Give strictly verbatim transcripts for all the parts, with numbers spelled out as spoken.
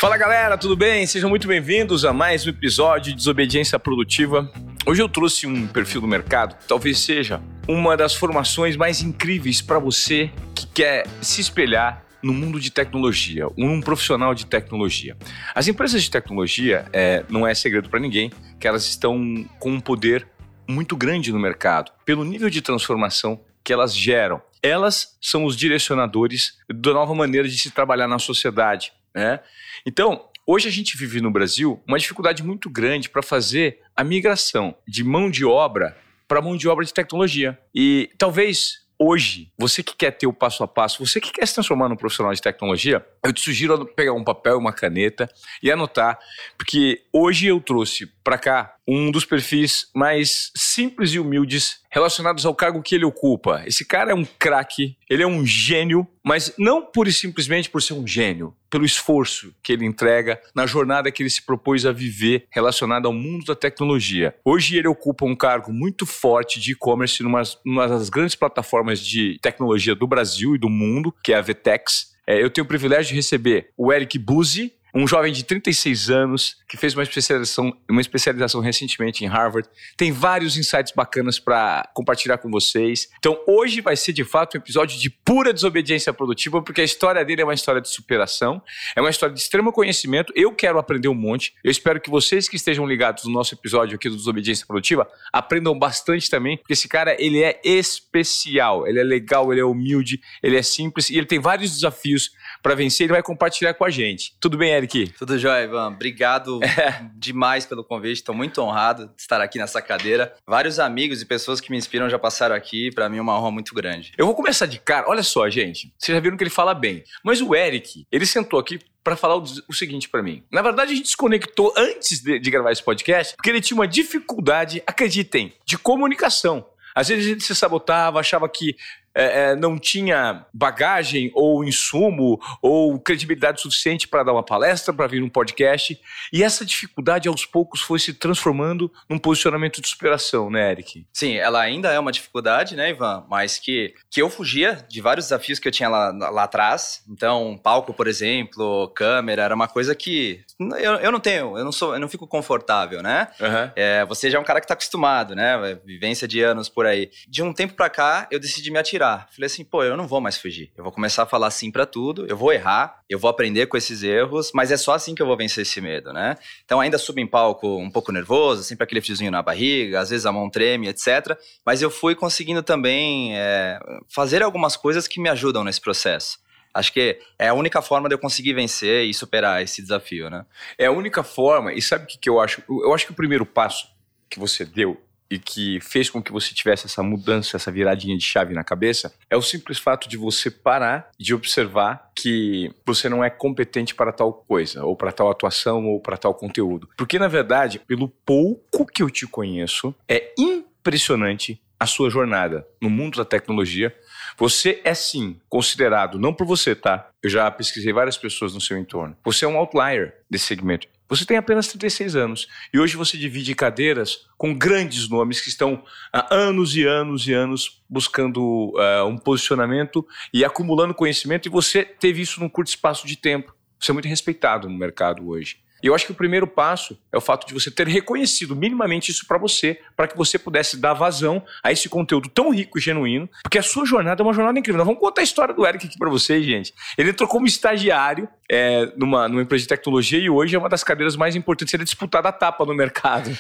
Fala galera, tudo bem? Sejam muito bem-vindos a mais um episódio de Desobediência Produtiva. Hoje eu trouxe um perfil do mercado, talvez seja uma das formações mais incríveis para você que quer se espelhar no mundo de tecnologia, um profissional de tecnologia. As empresas de tecnologia, é, não é segredo para ninguém, que elas estão com um poder muito grande no mercado, pelo nível de transformação que elas geram. Elas são os direcionadores da nova maneira de se trabalhar na sociedade, né? Então, hoje a gente vive no Brasil uma dificuldade muito grande para fazer a migração de mão de obra para mão de obra de tecnologia. E talvez hoje, você que quer ter o passo a passo, você que quer se transformar num profissional de tecnologia, eu te sugiro pegar um papel e uma caneta e anotar, porque hoje eu trouxe para cá um dos perfis mais simples e humildes relacionados ao cargo que ele ocupa. Esse cara é um craque, ele é um gênio, mas não pura e simplesmente por ser um gênio, pelo esforço que ele entrega na jornada que ele se propôs a viver relacionada ao mundo da tecnologia. Hoje ele ocupa um cargo muito forte de e-commerce numa, numa das grandes plataformas de tecnologia do Brasil e do mundo, que é a Vtex. É, eu tenho o privilégio de receber o Eric Buzzi, um jovem de trinta e seis anos que fez uma especialização, uma especialização recentemente em Harvard. Tem vários insights bacanas para compartilhar com vocês. Então hoje vai ser de fato um episódio de pura desobediência produtiva, porque a história dele é uma história de superação, é uma história de extremo conhecimento. Eu quero aprender um monte. Eu espero que vocês que estejam ligados no nosso episódio aqui do Desobediência Produtiva aprendam bastante também, porque esse cara, ele é especial, ele é legal, ele é humilde, ele é simples e ele tem vários desafios para vencer. Ele vai compartilhar com a gente. Tudo bem, Eric? Tudo jóia, Ivan. Obrigado é. demais pelo convite. Estou muito honrado de estar aqui nessa cadeira. Vários amigos e pessoas que me inspiram já passaram aqui. Para mim é uma honra muito grande. Eu vou começar de cara. Olha só, gente. Vocês já viram que ele fala bem. Mas o Eric, ele sentou aqui para falar o, o seguinte para mim. Na verdade, a gente se conectou antes de, de gravar esse podcast porque ele tinha uma dificuldade, acreditem, de comunicação. Às vezes ele se sabotava, achava que É, é, não tinha bagagem ou insumo ou credibilidade suficiente para dar uma palestra, para vir num podcast. E essa dificuldade, aos poucos, foi se transformando num posicionamento de superação, né, Eric? Sim, ela ainda é uma dificuldade, né, Ivan? Mas que, que eu fugia de vários desafios que eu tinha lá, lá atrás. Então, palco, por exemplo, câmera, era uma coisa que eu, eu não tenho, eu não, sou, eu não fico confortável, né? Uhum. É, você já é um cara que está acostumado, né? Vivência de anos por aí. De um tempo para cá, eu decidi me atirar. Falei assim, pô, eu não vou mais fugir. Eu vou começar a falar sim pra tudo, eu vou errar, eu vou aprender com esses erros, mas é só assim que eu vou vencer esse medo, né? Então ainda subo em palco um pouco nervoso, sempre aquele friozinho na barriga, às vezes a mão treme, etcétera. Mas eu fui conseguindo também é, fazer algumas coisas que me ajudam nesse processo. Acho que é a única forma de eu conseguir vencer e superar esse desafio, né? É a única forma, e sabe o que, que eu acho? Eu acho que o primeiro passo que você deu e que fez com que você tivesse essa mudança, essa viradinha de chave na cabeça, é o simples fato de você parar de observar que você não é competente para tal coisa, ou para tal atuação, ou para tal conteúdo. Porque, na verdade, pelo pouco que eu te conheço, é impressionante a sua jornada no mundo da tecnologia. Você é sim considerado, não por você, tá? Eu já pesquisei várias pessoas no seu entorno. Você é um outlier desse segmento. Você tem apenas trinta e seis anos e hoje você divide cadeiras com grandes nomes que estão há anos e anos e anos buscando uh, um posicionamento e acumulando conhecimento, e você teve isso num curto espaço de tempo. Você é muito respeitado no mercado hoje. E eu acho que o primeiro passo é o fato de você ter reconhecido minimamente isso para você, para que você pudesse dar vazão a esse conteúdo tão rico e genuíno, porque a sua jornada é uma jornada incrível. Nós vamos contar a história do Eric aqui para vocês, gente. Ele entrou como estagiário é, numa, numa empresa de tecnologia e hoje é uma das cadeiras mais importantes. Ele é disputado a tapa no mercado.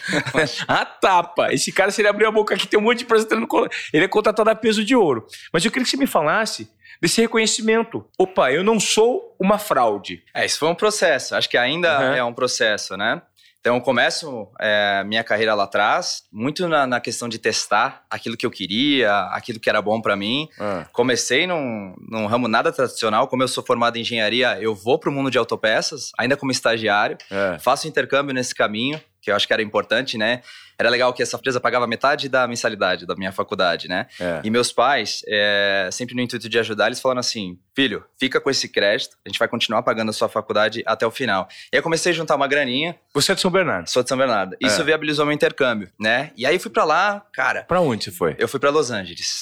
A tapa. Esse cara, se ele abrir a boca aqui, tem um monte de empresa tendo... Ele é contratado a peso de ouro. Mas eu queria que você me falasse desse reconhecimento. Opa, eu não sou uma fraude. É, isso foi um processo. Acho que ainda uhum. é um processo, né? Então, eu começo é, minha carreira lá atrás, muito na, na questão de testar aquilo que eu queria, aquilo que era bom para mim. Uhum. Comecei num, num ramo nada tradicional. Como eu sou formado em engenharia, eu vou para o mundo de autopeças, ainda como estagiário. Uhum. Faço intercâmbio nesse caminho, que eu acho que era importante, né? Era legal que essa empresa pagava metade da mensalidade da minha faculdade, né? É. E meus pais, é, sempre no intuito de ajudar, eles falaram assim, filho, fica com esse crédito, a gente vai continuar pagando a sua faculdade até o final. E aí eu comecei a juntar uma graninha. Você é de São Bernardo? Sou de São Bernardo. Isso é. viabilizou meu intercâmbio, né? E aí eu fui pra lá, cara... Pra onde você foi? Eu fui pra Los Angeles. É.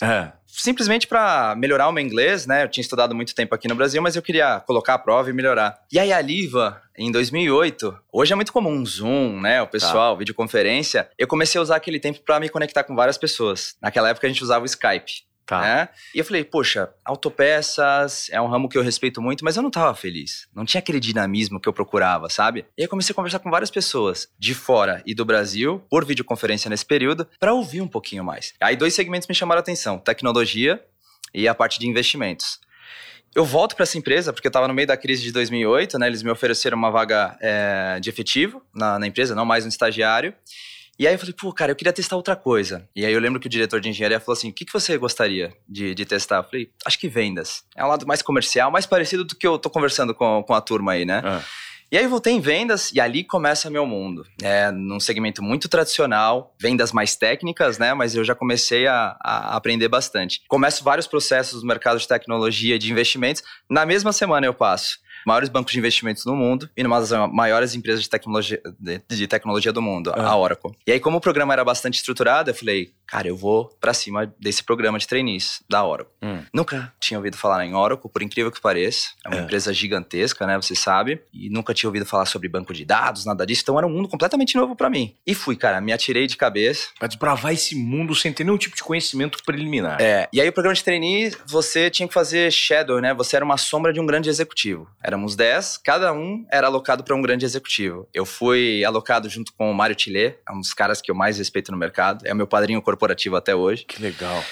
simplesmente para melhorar o meu inglês, né? Eu tinha estudado muito tempo aqui no Brasil, mas eu queria colocar a prova e melhorar. E aí a Liva, em dois mil e oito, hoje é muito comum Zoom, né? O pessoal, tá. videoconferência. Eu comecei a usar aquele tempo para me conectar com várias pessoas. Naquela época a gente usava o Skype. Tá. Né? E eu falei, poxa, autopeças é um ramo que eu respeito muito, mas eu não tava feliz. Não tinha aquele dinamismo que eu procurava, sabe? E aí eu comecei a conversar com várias pessoas de fora e do Brasil, por videoconferência nesse período, para ouvir um pouquinho mais. Aí dois segmentos me chamaram a atenção, tecnologia e a parte de investimentos. Eu volto para essa empresa, porque eu estava no meio da crise de dois mil e oito, né? Eles me ofereceram uma vaga é, de efetivo na, na empresa, não mais um estagiário. E aí eu falei, pô, cara, eu queria testar outra coisa. E aí eu lembro que o diretor de engenharia falou assim, o que, que você gostaria de, de testar? Eu falei, acho que vendas. É um lado mais comercial, mais parecido do que eu tô conversando com, com a turma aí, né? Ah. E aí eu voltei em vendas e ali começa meu mundo. É num segmento muito tradicional, vendas mais técnicas, né? Mas eu já comecei a, a aprender bastante. Começo vários processos no mercado de tecnologia e de investimentos. Na mesma semana eu passo maiores bancos de investimentos no mundo e numa das maiores empresas de tecnologia, de, de tecnologia do mundo, ah. a Oracle. E aí, como o programa era bastante estruturado, eu falei, cara, eu vou pra cima desse programa de trainees da Oracle. Hum. Nunca tinha ouvido falar em Oracle, por incrível que pareça. É uma é. empresa gigantesca, né, você sabe. E nunca tinha ouvido falar sobre banco de dados, nada disso. Então era um mundo completamente novo pra mim. E fui, cara, me atirei de cabeça. Pra desbravar esse mundo sem ter nenhum tipo de conhecimento preliminar. É, e aí o programa de trainee, você tinha que fazer shadow, né? Você era uma sombra de um grande executivo. Éramos dez, cada um era alocado para um grande executivo. Eu fui alocado junto com o Mário Tillet, é um dos caras que eu mais respeito no mercado. É o meu padrinho corporativo até hoje. Que legal.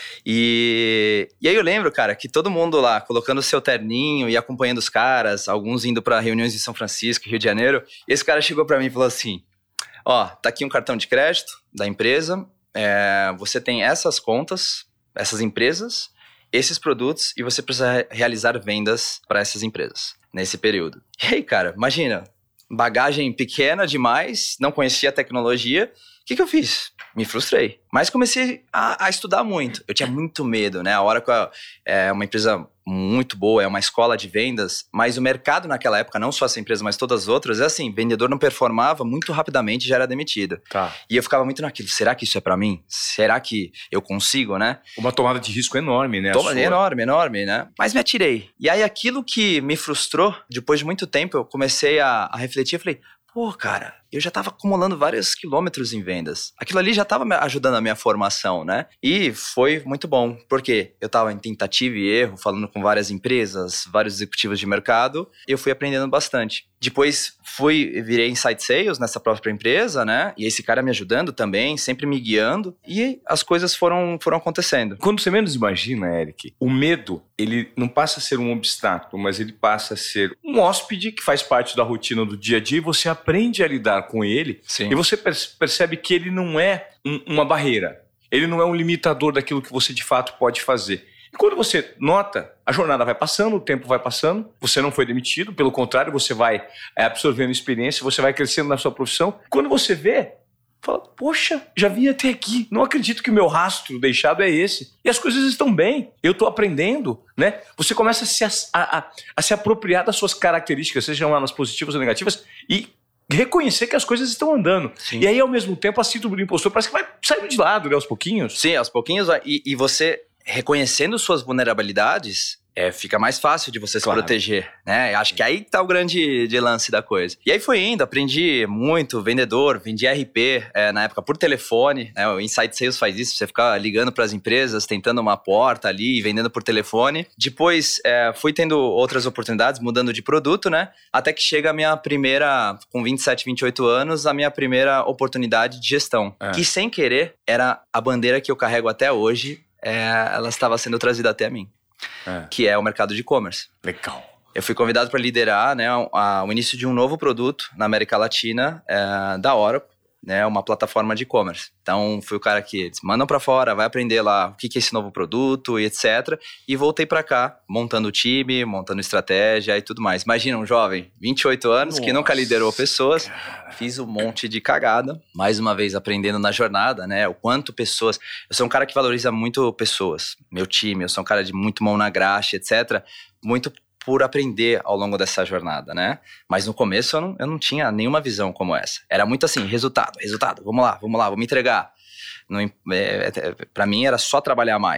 E, e aí eu lembro, cara, que todo mundo lá, colocando o seu terninho e acompanhando os caras, alguns indo para reuniões em São Francisco, Rio de Janeiro. E esse cara chegou para mim e falou assim, ó, tá aqui um cartão de crédito da empresa, é, você tem essas contas, essas empresas, esses produtos e você precisa realizar vendas para essas empresas nesse período. E aí, cara, imagina, bagagem pequena demais, não conhecia a tecnologia, o que que eu fiz? Me frustrei, mas comecei a, a estudar muito. Eu tinha muito medo, né? A Oracle é uma empresa muito boa, é uma escola de vendas, mas o mercado naquela época, não só essa empresa, mas todas as outras, é assim, vendedor não performava, muito rapidamente já era demitido. Tá. E eu ficava muito naquilo, será que isso é pra mim? Será que eu consigo, né? Uma tomada de risco enorme, né? Toma, enorme, enorme, né? Mas me atirei. E aí aquilo que me frustrou, depois de muito tempo, eu comecei a, a refletir, eu falei, pô, cara, eu já tava acumulando vários quilômetros em vendas. Aquilo ali já tava me ajudando a minha formação, né? E foi muito bom, porque eu tava em tentativa e erro, falando com várias empresas, vários executivos de mercado, e eu fui aprendendo bastante. Depois fui, virei Inside Sales nessa própria empresa, né? E esse cara me ajudando também, sempre me guiando, e as coisas foram, foram acontecendo. Quando você menos imagina, Eric, o medo, ele não passa a ser um obstáculo, mas ele passa a ser um hóspede que faz parte da rotina do dia a dia e você aprende a lidar com ele. Sim. E você percebe que ele não é um, uma barreira, ele não é um limitador daquilo que você de fato pode fazer. E quando você nota, a jornada vai passando, o tempo vai passando, você não foi demitido, pelo contrário, você vai absorvendo experiência, você vai crescendo na sua profissão. Quando você vê, fala, poxa, já vim até aqui, não acredito que o meu rastro deixado é esse. E as coisas estão bem, eu estou aprendendo, né? Você começa a se, a, a, a se apropriar das suas características, sejam elas positivas ou negativas, e reconhecer que as coisas estão andando. Sim. E aí, ao mesmo tempo, a síndrome do impostor parece que vai saindo de lado, né? Aos pouquinhos. Sim, aos pouquinhos. E, e você, reconhecendo suas vulnerabilidades, é, fica mais fácil de você claro. se proteger, né? Acho que aí tá o grande de lance da coisa. E aí foi indo, aprendi muito, vendedor, vendi R P é, na época por telefone, né? O Inside Sales faz isso, você fica ligando para as empresas, tentando uma porta ali, vendendo por telefone. Depois é, fui tendo outras oportunidades, mudando de produto, né? Até que chega a minha primeira, com vinte e sete, vinte e oito anos, a minha primeira oportunidade de gestão. É. Que sem querer, era a bandeira que eu carrego até hoje, é, ela estava sendo trazida até mim. É. Que é o mercado de e-commerce. Legal. Eu fui convidado para liderar, né, a, o início de um novo produto na América Latina, é, da Oracle, né, uma plataforma de e-commerce. Então, fui o cara que eles mandam para fora, vai aprender lá o que, que é esse novo produto e etcétera. E voltei para cá, montando o time, montando estratégia e tudo mais. Imagina um jovem, vinte e oito anos, Nossa, que nunca liderou pessoas. Cara. Fiz um monte de cagada. Mais uma vez, aprendendo na jornada, né? O quanto pessoas... Eu sou um cara que valoriza muito pessoas. Meu time, eu sou um cara de muito mão na graxa, etcétera. Muito por aprender ao longo dessa jornada, né? Mas no começo eu não, eu não tinha nenhuma visão como essa. Era muito assim, resultado, resultado, vamos lá, vamos lá, vamos entregar. Não, é, pra mim era só trabalhar mais.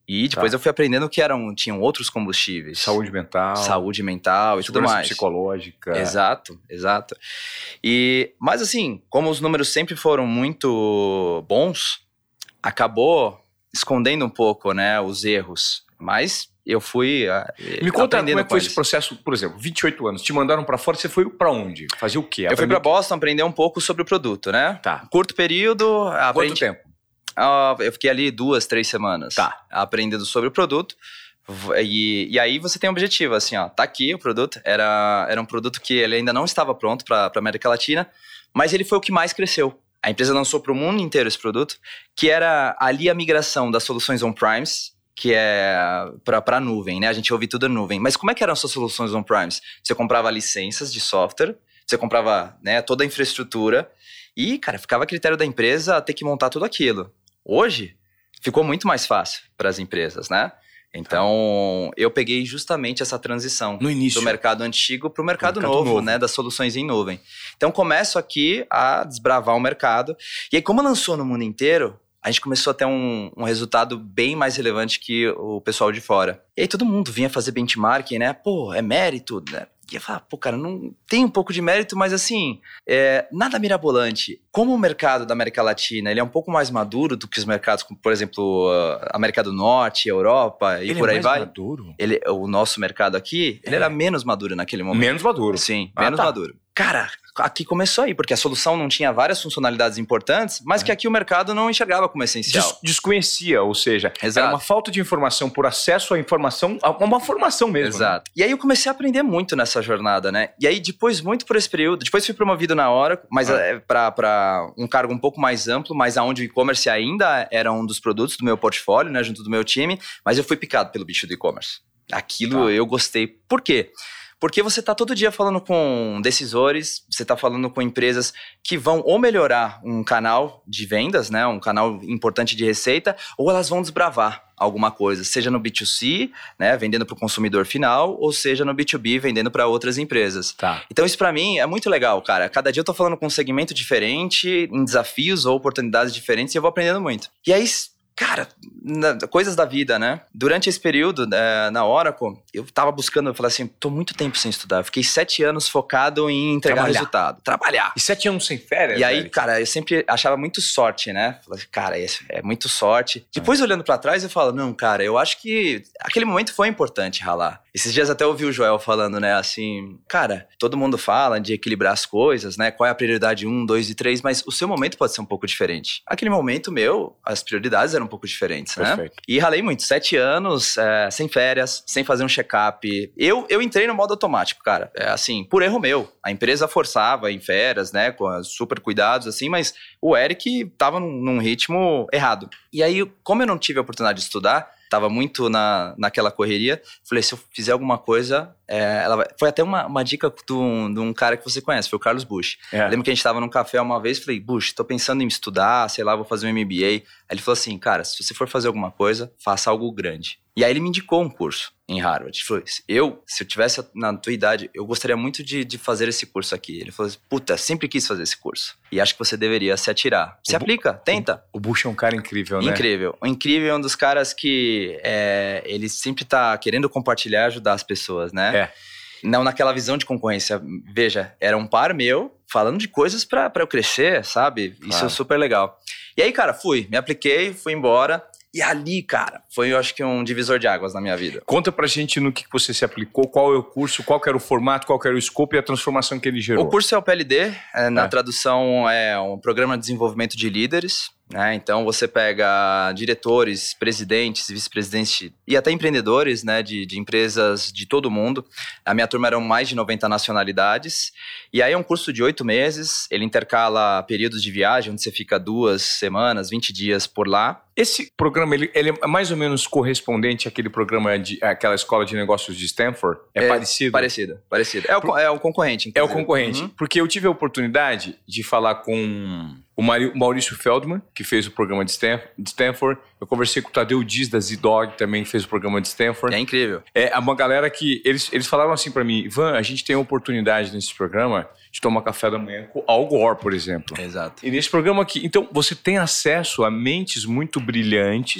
E depois Tá. eu fui aprendendo que eram, tinham outros combustíveis. Saúde mental. Saúde mental e tudo segurança mais. psicológica. Exato, exato. E, mas assim, como os números sempre foram muito bons, acabou escondendo um pouco, né, os erros. Mas eu fui uh, Me conta como é que foi eles. esse processo, por exemplo, vinte e oito anos, te mandaram pra fora, você foi pra onde? Fazer o quê? Eu fui Aprender pra o quê? Boston aprender um pouco sobre o produto, né? Tá. Curto período, Quanto aprendi... tempo? Uh, eu fiquei ali duas, três semanas. Tá. Aprendendo sobre o produto. E, e aí você tem um objetivo, assim, ó, tá aqui o produto. Era, era um produto que ele ainda não estava pronto para a América Latina, mas ele foi o que mais cresceu. A empresa lançou para o mundo inteiro esse produto, que era ali a migração das soluções on-premise, que é para a nuvem, né? A gente ouve tudo na nuvem. Mas como é que eram essas soluções on-premise? Você comprava licenças de software, você comprava, né, toda a infraestrutura e, cara, ficava a critério da empresa ter que montar tudo aquilo. Hoje, ficou muito mais fácil para as empresas, né? Então, eu peguei justamente essa transição No início. do mercado antigo para o mercado, mercado novo, novo, né? Das soluções em nuvem. Então, começo aqui a desbravar o mercado. E aí, como lançou no mundo inteiro, a gente começou a ter um, um resultado bem mais relevante que o pessoal de fora. E aí, todo mundo vinha fazer benchmarking, né? Pô, é mérito, né? E eu falava, pô, cara, não tem um pouco de mérito, mas assim, é, nada mirabolante. Como o mercado da América Latina, ele é um pouco mais maduro do que os mercados, como, por exemplo, a América do Norte, Europa e Ele por é aí mais vai. maduro? Ele, o nosso mercado aqui, ele É. era menos maduro naquele momento. Menos maduro. Sim, Ah, menos tá. maduro. Cara, aqui começou aí, porque a solução não tinha várias funcionalidades importantes, mas É. que aqui o mercado não enxergava como essencial. Des- desconhecia, ou seja, Exato. era uma falta de informação por acesso à informação, a uma formação mesmo. né? Exato. E aí eu comecei a aprender muito nessa jornada, né? E aí depois, muito por esse período, depois fui promovido na Oracle, mas Ah. é, para um cargo um pouco mais amplo, mas aonde o e-commerce ainda era um dos produtos do meu portfólio, né? Junto do meu time, mas eu fui picado pelo bicho do e-commerce. Aquilo Tá. eu gostei. Por quê? Porque você está todo dia falando com decisores, você está falando com empresas que vão ou melhorar um canal de vendas, né, um canal importante de receita, ou elas vão desbravar alguma coisa, seja no B dois C, né, vendendo para o consumidor final, ou seja no B dois B, vendendo para outras empresas. Tá. Então isso para mim é muito legal, cara. Cada dia eu tô falando com um segmento diferente, em desafios ou oportunidades diferentes e eu vou aprendendo muito. E aí... Cara, na, coisas da vida, né? Durante esse período, é, na Oracle, eu tava buscando, eu falei assim, tô muito tempo sem estudar. Eu fiquei sete anos focado em entregar Trabalhar. resultado. Trabalhar. E sete anos sem férias? E aí, velho? cara, eu sempre achava muito sorte, né? Falei, cara, esse é muito sorte. Depois, olhando pra trás, eu falo, não, cara, eu acho que aquele momento foi importante ralar. Esses dias até ouvi o Joel falando, né, assim, cara, todo mundo fala de equilibrar as coisas, né? Qual é a prioridade um, dois e três, mas o seu momento pode ser um pouco diferente. Aquele momento meu, as prioridades eram um pouco diferentes, né? Perfeito. E ralei muito, sete anos, é, sem férias, sem fazer um check-up. Eu, eu entrei no modo automático, cara. É, assim, por erro meu. A empresa forçava em férias, né, com as super cuidados, assim, mas o Eric tava num, num ritmo errado. E aí, como eu não tive a oportunidade de estudar, tava muito na, naquela correria, falei, se eu fizer alguma coisa, é, ela vai... Foi até uma, uma dica de um, de um cara que você conhece, foi o Carlos Bush. É. Lembro que a gente tava num café uma vez, falei, Bush, tô pensando em estudar, sei lá, vou fazer um M B A. Aí ele falou assim, cara, se você for fazer alguma coisa, faça algo grande. E aí ele me indicou um curso em Harvard. Ele falou, eu, se eu tivesse na tua idade, eu gostaria muito de, de fazer esse curso aqui. Ele falou, puta, sempre quis fazer esse curso. E acho que você deveria se atirar. Se O aplica, tenta. O Bush é um cara incrível, né? Incrível. O incrível é um dos caras que é, ele sempre tá querendo compartilhar e ajudar as pessoas, né? É. Não naquela visão de concorrência. Veja, era um par meu falando de coisas pra, pra eu crescer, sabe? Isso Claro. é super legal. E aí, cara, fui. Me apliquei, fui embora. E ali, cara, foi, eu acho que um divisor de águas na minha vida. Conta pra gente no que você se aplicou, qual é o curso, qual que era o formato, qual que era o escopo e a transformação que ele gerou. O curso é o P L D, é, na É. tradução é um Programa de Desenvolvimento de Líderes, né? Então você pega diretores, presidentes, vice-presidentes e até empreendedores, né, de, de empresas de todo mundo. A minha turma eram mais de noventa nacionalidades. E aí é um curso de oito meses, ele intercala períodos de viagem, onde você fica duas semanas, vinte dias por lá. Esse programa, ele, ele é mais ou menos correspondente àquele programa, de, àquela escola de negócios de Stanford? É, É, parecido? Parecido, parecido. É o, co- é o concorrente, É o inclusive. concorrente. Uhum. Porque eu tive a oportunidade de falar com o Mari- Maurício Feldman, que fez o programa de Stan- de Stanford. Eu conversei com o Tadeu Dias, da Z-Dog, também fez o programa de Stanford. É incrível. É uma galera que... Eles, eles falaram assim pra mim, Ivan, a gente tem a oportunidade nesse programa de tomar café da manhã com Al Gore, por exemplo. Exato. E nesse programa aqui... Então, você tem acesso a mentes muito brilhantes,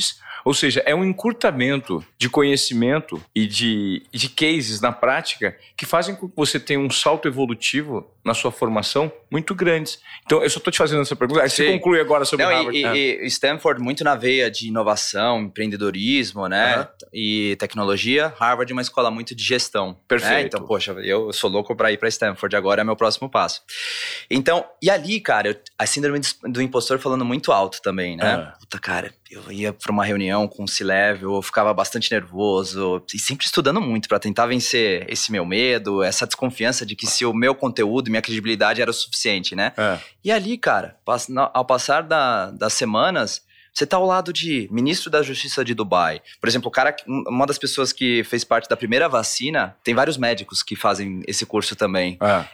Ou seja, é um encurtamento de conhecimento e de, de cases na prática que fazem com que você tenha um salto evolutivo na sua formação muito grandes. Então, eu só estou te fazendo essa pergunta. Aí você conclui agora sobre Não, Harvard. E, ah. e, e Stanford muito na veia de inovação, empreendedorismo, né? Uhum. E tecnologia. Harvard é uma escola muito de gestão. Perfeito. Né? Então, poxa, eu sou louco para ir para Stanford. Agora é meu próximo passo. Então, e ali, cara, eu, a síndrome do impostor falando muito alto também, né? Ah. Puta, cara, eu ia para uma reunião com o C-Level, eu ficava bastante nervoso e sempre estudando muito para tentar vencer esse meu medo, essa desconfiança de que se o meu conteúdo, minha credibilidade era o suficiente, né? É. E ali, cara, ao passar da, das semanas, você tá ao lado de ministro da Justiça de Dubai. Por exemplo, o cara, uma das pessoas que fez parte da primeira vacina, tem vários médicos que fazem esse curso também. É.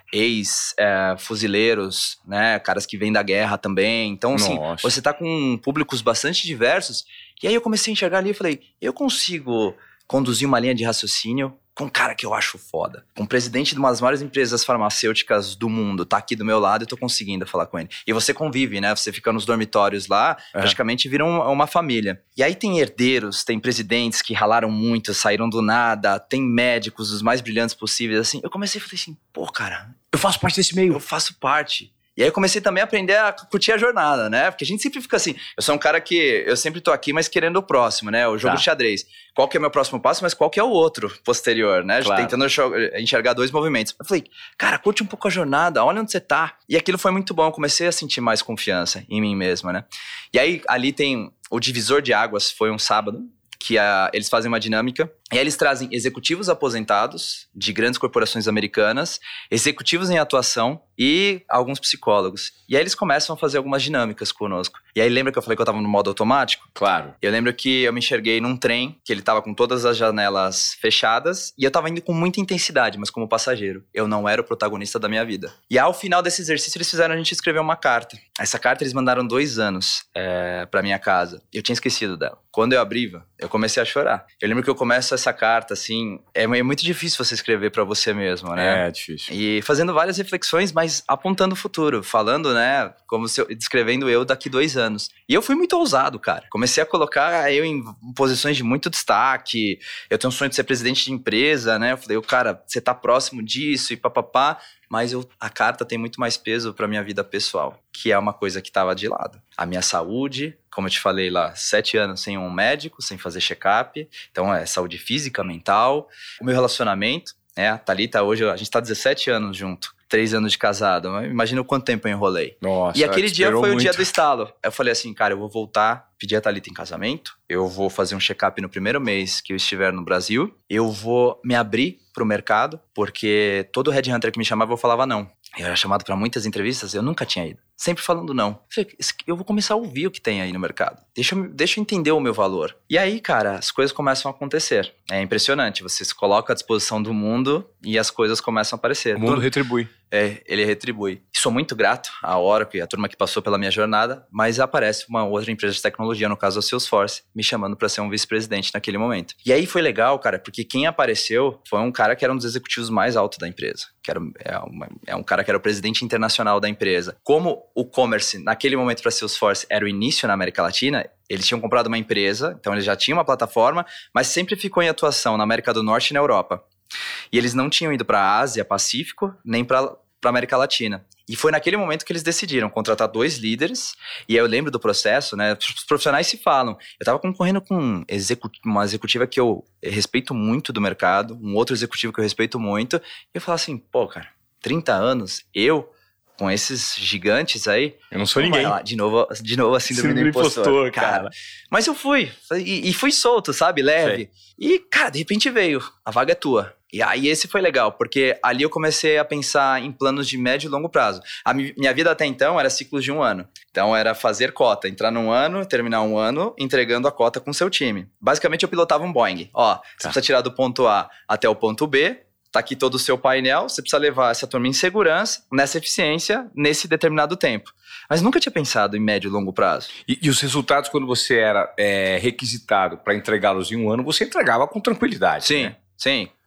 Ex-fuzileiros, é, né? Caras que vêm da guerra também. Então, assim, Nossa. Você tá com públicos bastante diversos. E aí eu comecei a enxergar ali e falei, eu consigo conduzir uma linha de raciocínio com um cara que eu acho foda. Um presidente de uma das maiores empresas farmacêuticas do mundo tá aqui do meu lado e eu tô conseguindo falar com ele. E você convive, né? Você fica nos dormitórios lá, é. praticamente vira um, uma família. E aí tem herdeiros, tem presidentes que ralaram muito, saíram do nada, tem médicos os mais brilhantes possíveis, assim. Eu comecei a falar assim, pô, cara, eu faço parte desse meio. Eu faço parte. E aí eu comecei também a aprender a curtir a jornada, né? Porque a gente sempre fica assim, eu sou um cara que, eu sempre tô aqui, mas querendo o próximo, né? O jogo tá. de xadrez. Qual que é o meu próximo passo, mas qual que é o outro posterior, né? Claro. Tentando enxergar dois movimentos. Eu falei, cara, curte um pouco a jornada, olha onde você tá. E aquilo foi muito bom, eu comecei a sentir mais confiança em mim mesmo, né? E aí, ali tem o divisor de águas, foi um sábado, que a, eles fazem uma dinâmica, e aí eles trazem executivos aposentados de grandes corporações americanas, executivos em atuação e alguns psicólogos. E aí eles começam a fazer algumas dinâmicas conosco. E aí lembra que eu falei que eu tava no modo automático? Claro. Eu lembro que eu me enxerguei num trem, que ele tava com todas as janelas fechadas, e eu tava indo com muita intensidade, mas como passageiro. Eu não era o protagonista da minha vida. E ao final desse exercício, eles fizeram a gente escrever uma carta. Essa carta eles mandaram dois anos é, pra minha casa. Eu tinha esquecido dela. Quando eu abri, eu comecei a chorar. Eu lembro que eu começo essa carta, assim, é muito difícil você escrever pra você mesmo, né? É, difícil. E fazendo várias reflexões, mas apontando o futuro, falando, né, como se eu, descrevendo eu daqui dois anos. E eu fui muito ousado, cara. Comecei a colocar eu em posições de muito destaque, eu tenho um sonho de ser presidente de empresa, né? Eu falei, cara, você tá próximo disso e papapá. Mas eu, a carta tem muito mais peso para minha vida pessoal, que é uma coisa que estava de lado. A minha saúde, como eu te falei lá, sete anos sem um médico, sem fazer check-up. Então é saúde física, mental. O meu relacionamento, né? A Thalita hoje, a gente está dezessete anos junto. Três anos de casado. Imagina o quanto tempo eu enrolei. Nossa, e aquele dia foi muito. o dia do estalo. Eu falei assim, cara, eu vou voltar, pedir a Thalita em casamento. Eu vou fazer um check-up no primeiro mês que eu estiver no Brasil. Eu vou me abrir pro mercado, porque todo headhunter que me chamava eu falava não. Eu era chamado para muitas entrevistas, eu nunca tinha ido. Sempre falando não. Eu vou começar a ouvir o que tem aí no mercado. Deixa, deixa eu entender o meu valor. E aí, cara, as coisas começam a acontecer. É impressionante. Você se coloca à disposição do mundo e as coisas começam a aparecer. O mundo Tudo, retribui. É, ele retribui. Sou muito grato à Oracle e à turma que passou pela minha jornada, mas aparece uma outra empresa de tecnologia, no caso a Salesforce, me chamando para ser um vice-presidente naquele momento. E aí foi legal, cara, porque quem apareceu foi um cara que era um dos executivos mais altos da empresa. Que era, é, uma, é um cara que era o presidente internacional da empresa. Como o commerce, naquele momento para Salesforce, era o início na América Latina, eles tinham comprado uma empresa, então eles já tinham uma plataforma, mas sempre ficou em atuação na América do Norte e na Europa. E eles não tinham ido para a Ásia, Pacífico, nem para a América Latina. E foi naquele momento que eles decidiram contratar dois líderes, e aí eu lembro do processo, né? Os profissionais se falam. Eu tava concorrendo com execu- uma executiva que eu respeito muito do mercado, um outro executivo que eu respeito muito, e eu falo assim, pô, cara, trinta anos, eu, com esses gigantes aí... Eu não sou ninguém. Lá, de novo, de novo assim, do menino impostor, impostor cara. cara. Mas eu fui, e, e fui solto, sabe? Leve. Sei. E, cara, de repente veio, a vaga é tua. E aí esse foi legal, porque ali eu comecei a pensar em planos de médio e longo prazo. A minha vida até então era ciclos de um ano. Então era fazer cota, entrar num ano, terminar um ano, entregando a cota com o seu time. Basicamente eu pilotava um Boeing. Ó, tá. Você precisa tirar do ponto A até o ponto B, tá aqui todo o seu painel, você precisa levar essa turma em segurança, nessa eficiência, nesse determinado tempo. Mas nunca tinha pensado em médio e longo prazo. E, e os resultados, quando você era é, requisitado para entregá-los em um ano, você entregava com tranquilidade, Sim, né? sim.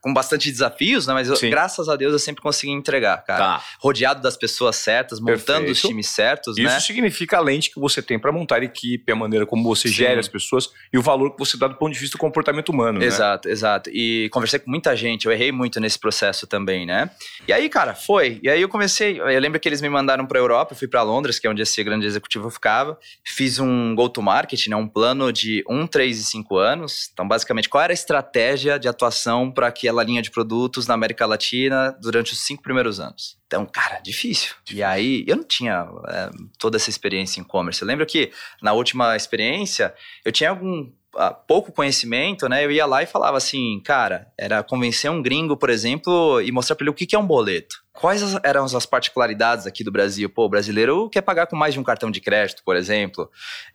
com bastante desafios, né? Mas eu, graças a Deus eu sempre consegui entregar, cara. Tá. Rodeado das pessoas certas, montando Perfeito. Os times certos, Isso né? Isso significa a lente que você tem para montar a equipe, a maneira como você Sim. gera as pessoas e o valor que você dá do ponto de vista do comportamento humano, Exato, né? exato. E conversei com muita gente, eu errei muito nesse processo também, né? E aí, cara, foi. E aí eu comecei, eu lembro que eles me mandaram para Europa, eu fui para Londres, que é onde esse grande executivo ficava, fiz um go-to-market, né? Um plano de um, três e cinco anos. Então, basicamente, qual era a estratégia de atuação para aquela linha de produtos na América Latina durante os cinco primeiros anos? Então, cara, difícil. E aí, eu não tinha é, toda essa experiência em e-commerce. Eu lembro que na última experiência, eu tinha algum uh, pouco conhecimento, né? Eu ia lá e falava assim, cara, era convencer um gringo, por exemplo, e mostrar para ele o que, que é um boleto. Quais as, eram as particularidades aqui do Brasil? Pô, o brasileiro quer pagar com mais de um cartão de crédito, por exemplo.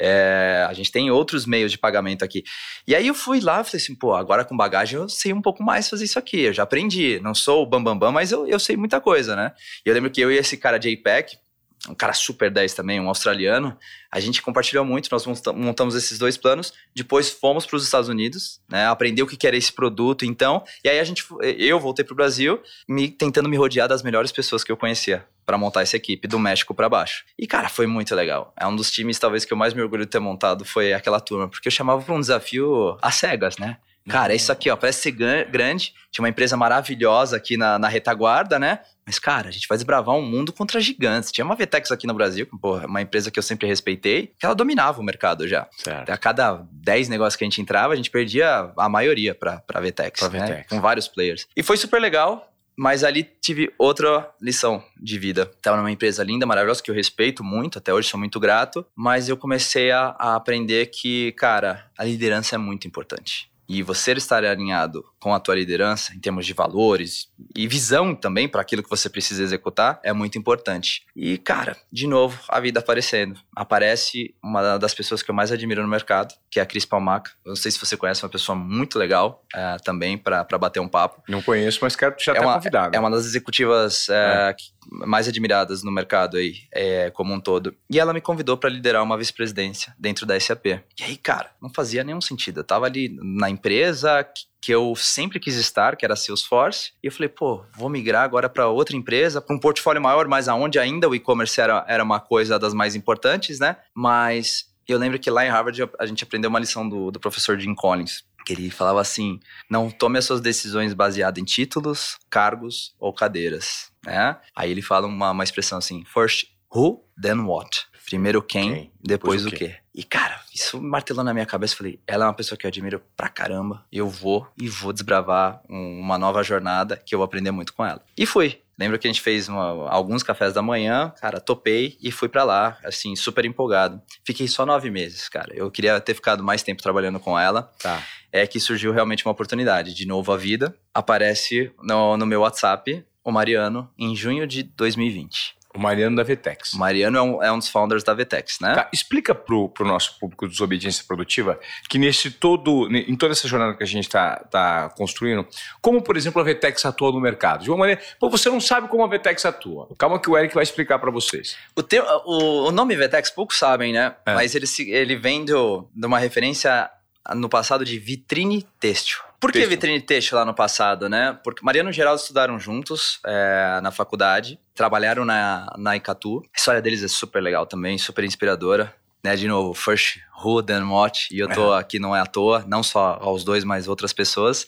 É, a gente tem outros meios de pagamento aqui. E aí eu fui lá e falei assim, pô, agora com bagagem eu sei um pouco mais fazer isso aqui. Eu já aprendi. Não sou o bambambam, bam, bam, mas eu, eu sei muita coisa, né? E eu lembro que eu e esse cara J PEG, um cara super dez também, um australiano, a gente compartilhou muito, nós montamos esses dois planos, depois fomos para os Estados Unidos, né, aprender o que era esse produto, então, e aí a gente, eu voltei para o Brasil, me, tentando me rodear das melhores pessoas que eu conhecia, para montar essa equipe, do México para baixo. E cara, foi muito legal, é um dos times talvez que eu mais me orgulho de ter montado, foi aquela turma, porque eu chamava para um desafio às cegas, né? Cara, é isso aqui, ó, parece ser grande, tinha uma empresa maravilhosa aqui na, na retaguarda, né? Mas, cara, a gente vai desbravar um mundo contra gigantes. Tinha uma Vtex aqui no Brasil, porra, uma empresa que eu sempre respeitei, que ela dominava o mercado já. Certo. A cada dez negócios que a gente entrava, a gente perdia a maioria pra, pra Vtex, pra né? Vtex. Com vários players. E foi super legal, mas ali tive outra lição de vida. Tava numa empresa linda, maravilhosa, que eu respeito muito, até hoje sou muito grato, mas eu comecei a, a aprender que, cara, a liderança é muito importante. E você estar alinhado com a tua liderança, em termos de valores e visão também para aquilo que você precisa executar, é muito importante. E, cara, de novo, a vida aparecendo. Aparece uma das pessoas que eu mais admiro no mercado, que é a Cris Palmaca. Eu não sei se você conhece, uma pessoa muito legal é, também para bater um papo. Não conheço, mas quero já estar convidado. É uma das executivas é, é. mais admiradas no mercado aí, é, como um todo. E ela me convidou para liderar uma vice-presidência dentro da S A P. E aí, cara, não fazia nenhum sentido. Eu tava ali na empresa que eu sempre quis estar, que era a Salesforce, e eu falei, pô, vou migrar agora para outra empresa, para um portfólio maior, mas aonde ainda o e-commerce era, era uma coisa das mais importantes, né? Mas eu lembro que lá em Harvard a gente aprendeu uma lição do, do professor Jim Collins, que ele falava assim, não tome as suas decisões baseadas em títulos, cargos ou cadeiras, né? Aí ele fala uma, uma expressão assim, first who, then what? Primeiro quem, okay. depois, depois o quê. quê. E, cara, isso martelou na minha cabeça. Falei, ela é uma pessoa que eu admiro pra caramba. Eu vou e vou desbravar um, uma nova jornada que eu vou aprender muito com ela. E fui. Lembro que a gente fez uma, alguns cafés da manhã, cara, topei e fui pra lá, assim, super empolgado. Fiquei só nove meses, cara. Eu queria ter ficado mais tempo trabalhando com ela. Tá. É que surgiu realmente uma oportunidade. De novo a vida. Aparece no, no meu WhatsApp o Mariano em junho de dois mil e vinte. O Mariano da Vtex. O Mariano é um, é um dos founders da Vtex, né? Tá, explica pro, pro nosso público de Desobediência Produtiva que nesse todo, em toda essa jornada que a gente tá, tá construindo, como, por exemplo, a Vtex atua no mercado. De uma maneira, pô, você não sabe como a Vtex atua. Calma que o Eric vai explicar para vocês. O, te, o, o nome Vtex, poucos sabem, né? É. Mas ele, ele vem do, de uma referência no passado de vitrine têxtil. Por que têxtil. Vitrine têxtil lá no passado, né? Porque Mariano e Geraldo estudaram juntos é, na faculdade, trabalharam na, na Icatu. A história deles é super legal também, super inspiradora. Né? De novo, first who, then what. E eu tô é. aqui não é à toa, não só aos dois, mas outras pessoas.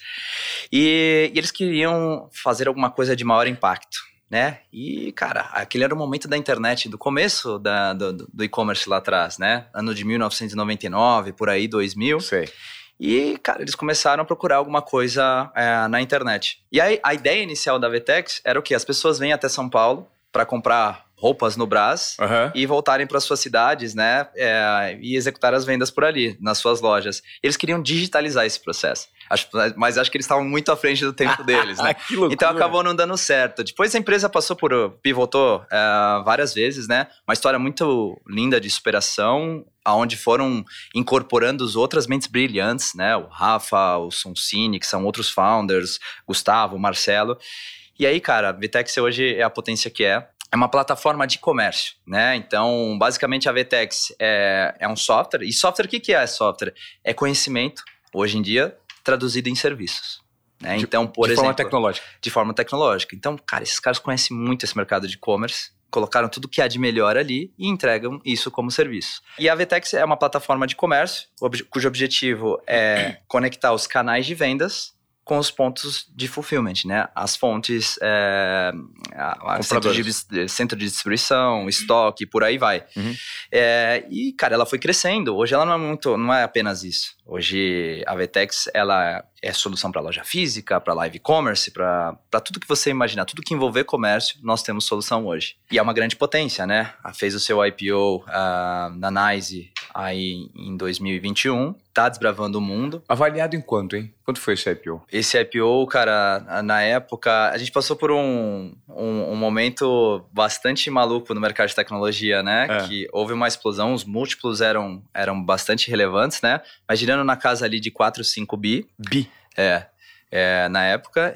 E, e eles queriam fazer alguma coisa de maior impacto. Né? E, cara, aquele era o momento da internet, do começo da, do, do e-commerce lá atrás, né? Ano de mil novecentos e noventa e nove, por aí, dois mil. Sei. E, cara, eles começaram a procurar alguma coisa é, na internet. E aí, a ideia inicial da Vtex era o quê? As pessoas vêm até São Paulo para comprar roupas no Brás uhum. e voltarem para suas cidades, né? É, e executar as vendas por ali, nas suas lojas. Eles queriam digitalizar esse processo. Acho, mas acho que eles estavam muito à frente do tempo deles, né? Que loucura. Então acabou não dando certo. Depois a empresa passou por, pivotou é, várias vezes, né? Uma história muito linda de superação, aonde foram incorporando as outras mentes brilhantes, né? O Rafa, o Sonsini, que são outros founders, Gustavo, Marcelo. E aí, cara, a Vtex hoje é a potência que é. É uma plataforma de comércio, né? Então, basicamente, a Vtex é, é um software. E software, o que, que é software? É conhecimento, hoje em dia, traduzido em serviços. né? De, então, por de exemplo... De forma tecnológica. De forma tecnológica. Então, cara, esses caras conhecem muito esse mercado de e-commerce, colocaram tudo que há de melhor ali e entregam isso como serviço. E a Vtex é uma plataforma de comércio, cujo objetivo é conectar os canais de vendas com os pontos de fulfillment, né? As fontes, é, a, a centro, de, centro de distribuição, estoque, por aí vai. Uhum. É, e, cara, ela foi crescendo. Hoje ela não é muito, não é apenas isso. Hoje a Vtex, ela é solução para loja física, para live commerce, para tudo que você imaginar, tudo que envolver comércio, nós temos solução hoje. E é uma grande potência, né? Fez o seu I P O uh, na Nice aí em dois mil e vinte e um, tá desbravando o mundo. Avaliado em quanto, hein? Quanto foi esse I P O? Esse I P O, cara, na época, a gente passou por um, um, um momento bastante maluco no mercado de tecnologia, né? É. Que houve uma explosão, os múltiplos eram, eram bastante relevantes, né? Mas girando na casa ali de quatro, cinco bi. Bi? É. É, na época,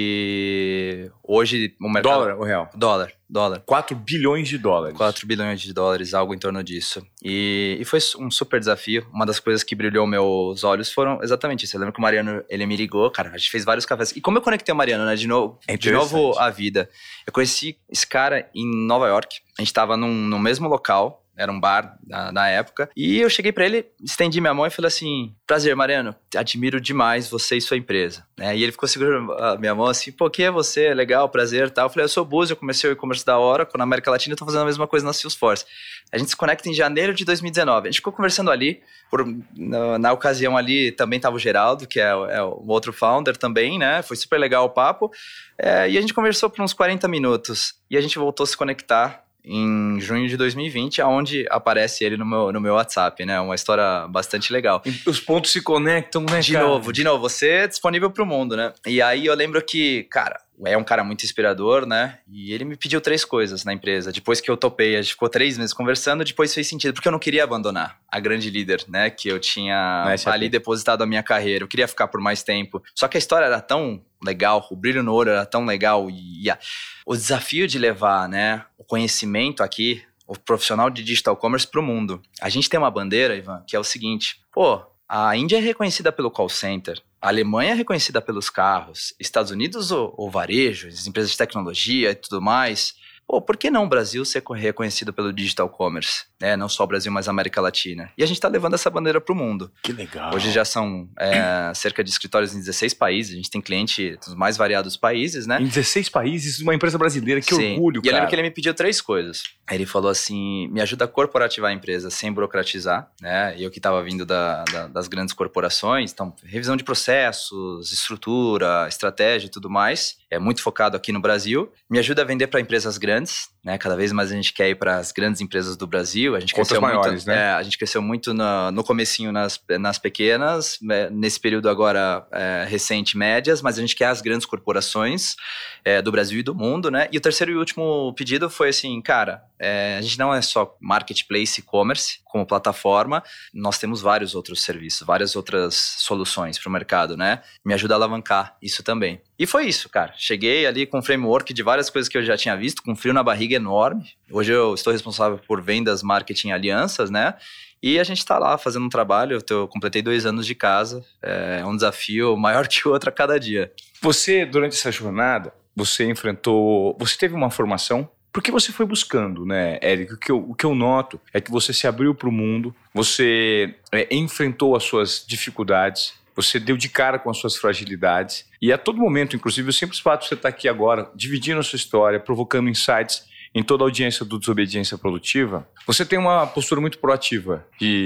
e hoje o mercado... Dólar ou real? Dólar, dólar. quatro bilhões de dólares. quatro bilhões de dólares, algo em torno disso. E, e foi um super desafio. Uma das coisas que brilhou meus olhos foram exatamente isso. Eu lembro que o Mariano, ele me ligou, cara, a gente fez vários cafés. E como eu conectei o Mariano, né, de novo, é de novo a vida. Eu conheci esse cara em Nova York. A gente tava num, no mesmo local. Era um bar na, na época. E eu cheguei pra ele, estendi minha mão e falei assim: prazer, Mariano, admiro demais você e sua empresa. É, e ele ficou segurando a minha mão assim: pô, quem é você? Legal, prazer e tal. Eu falei: eu sou o Buzi, eu comecei o e-commerce da Oracle na América Latina e tô fazendo a mesma coisa na Salesforce. A gente se conecta em janeiro de dois mil e dezenove. A gente ficou conversando ali. Por, na, na ocasião ali também tava o Geraldo, que é, é o outro founder também, né? Foi super legal o papo. É, e a gente conversou por uns quarenta minutos. E a gente voltou a se conectar em junho de dois mil e vinte, aonde aparece ele no meu, no meu WhatsApp, né? Uma história bastante legal. E os pontos se conectam, né, De cara? novo, de novo, você é disponível pro mundo, né? E aí eu lembro que, cara, é um cara muito inspirador, né? E ele me pediu três coisas na empresa. Depois que eu topei, a gente ficou três meses conversando, depois fez sentido, porque eu não queria abandonar a grande líder, né? Que eu tinha ali depositado a minha carreira. Eu queria ficar por mais tempo. Só que a história era tão legal, o brilho no olho era tão legal e a, o desafio de levar, né, o conhecimento aqui, o profissional de digital commerce pro mundo. A gente tem uma bandeira, Ivan, que é o seguinte: pô, a Índia é reconhecida pelo call center, a Alemanha é reconhecida pelos carros, Estados Unidos o, o varejo, as empresas de tecnologia e tudo mais. Pô, por que não o Brasil ser reconhecido pelo digital commerce? Né? Não só o Brasil, mas a América Latina. E a gente tá levando essa bandeira pro mundo. Que legal. Hoje já são é, cerca de escritórios em dezesseis países. A gente tem cliente dos mais variados países, né? Em dezesseis países, uma empresa brasileira. Que Sim. orgulho, e cara. E eu lembro que ele me pediu três coisas. Aí ele falou assim: me ajuda a corporativar a empresa sem burocratizar, né? Eu que tava vindo da, da, das grandes corporações. Então, revisão de processos, estrutura, estratégia e tudo mais. É muito focado aqui no Brasil. Me ajuda a vender para empresas grandes, né? Cada vez mais a gente quer ir para as grandes empresas do Brasil. A gente Contas cresceu maiores, muito, né? É, a gente cresceu muito no, no comecinho nas, nas pequenas, nesse período agora é, recente, médias, mas a gente quer as grandes corporações é, do Brasil e do mundo, né? E o terceiro e último pedido foi assim, cara, é, a gente não é só marketplace e e-commerce como plataforma, nós temos vários outros serviços, várias outras soluções para o mercado, né? Me ajuda a alavancar isso também. E foi isso, cara. Cheguei ali com um framework de várias coisas que eu já tinha visto, com frio na barriga enorme. Hoje eu estou responsável por vendas, marketing e alianças, né? E a gente está lá fazendo um trabalho. Eu completei dois anos de casa. É um desafio maior que o outro a cada dia. Você, durante essa jornada, você enfrentou... Você teve uma formação? Porque você foi buscando, né, Érico? O que eu, o que eu noto é que você se abriu para o mundo, você é, enfrentou as suas dificuldades, você deu de cara com as suas fragilidades. E a todo momento, inclusive, o simples fato de você estar aqui agora, dividindo a sua história, provocando insights em toda a audiência do Desobediência Produtiva, você tem uma postura muito proativa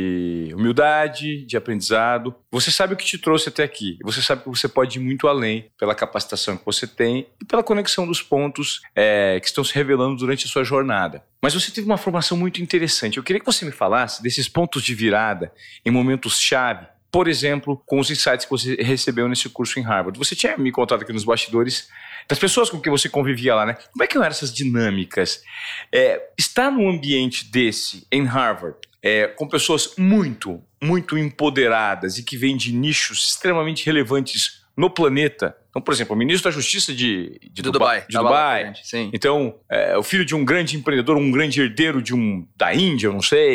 de humildade, de aprendizado. Você sabe o que te trouxe até aqui. Você sabe que você pode ir muito além pela capacitação que você tem e pela conexão dos pontos é, que estão se revelando durante a sua jornada. Mas você teve uma formação muito interessante. Eu queria que você me falasse desses pontos de virada em momentos-chave. Por exemplo, com os insights que você recebeu nesse curso em Harvard. Você tinha me contado aqui nos bastidores das pessoas com quem você convivia lá, né? Como é que eram essas dinâmicas? É, estar num ambiente desse, em Harvard, é, com pessoas muito, muito empoderadas e que vêm de nichos extremamente relevantes no planeta. Então, por exemplo, o ministro da Justiça de, de Do Dubai. Dubai. De Dubai. Lá, sim. Então, é, o filho de um grande empreendedor, um grande herdeiro de um, da Índia, eu não sei.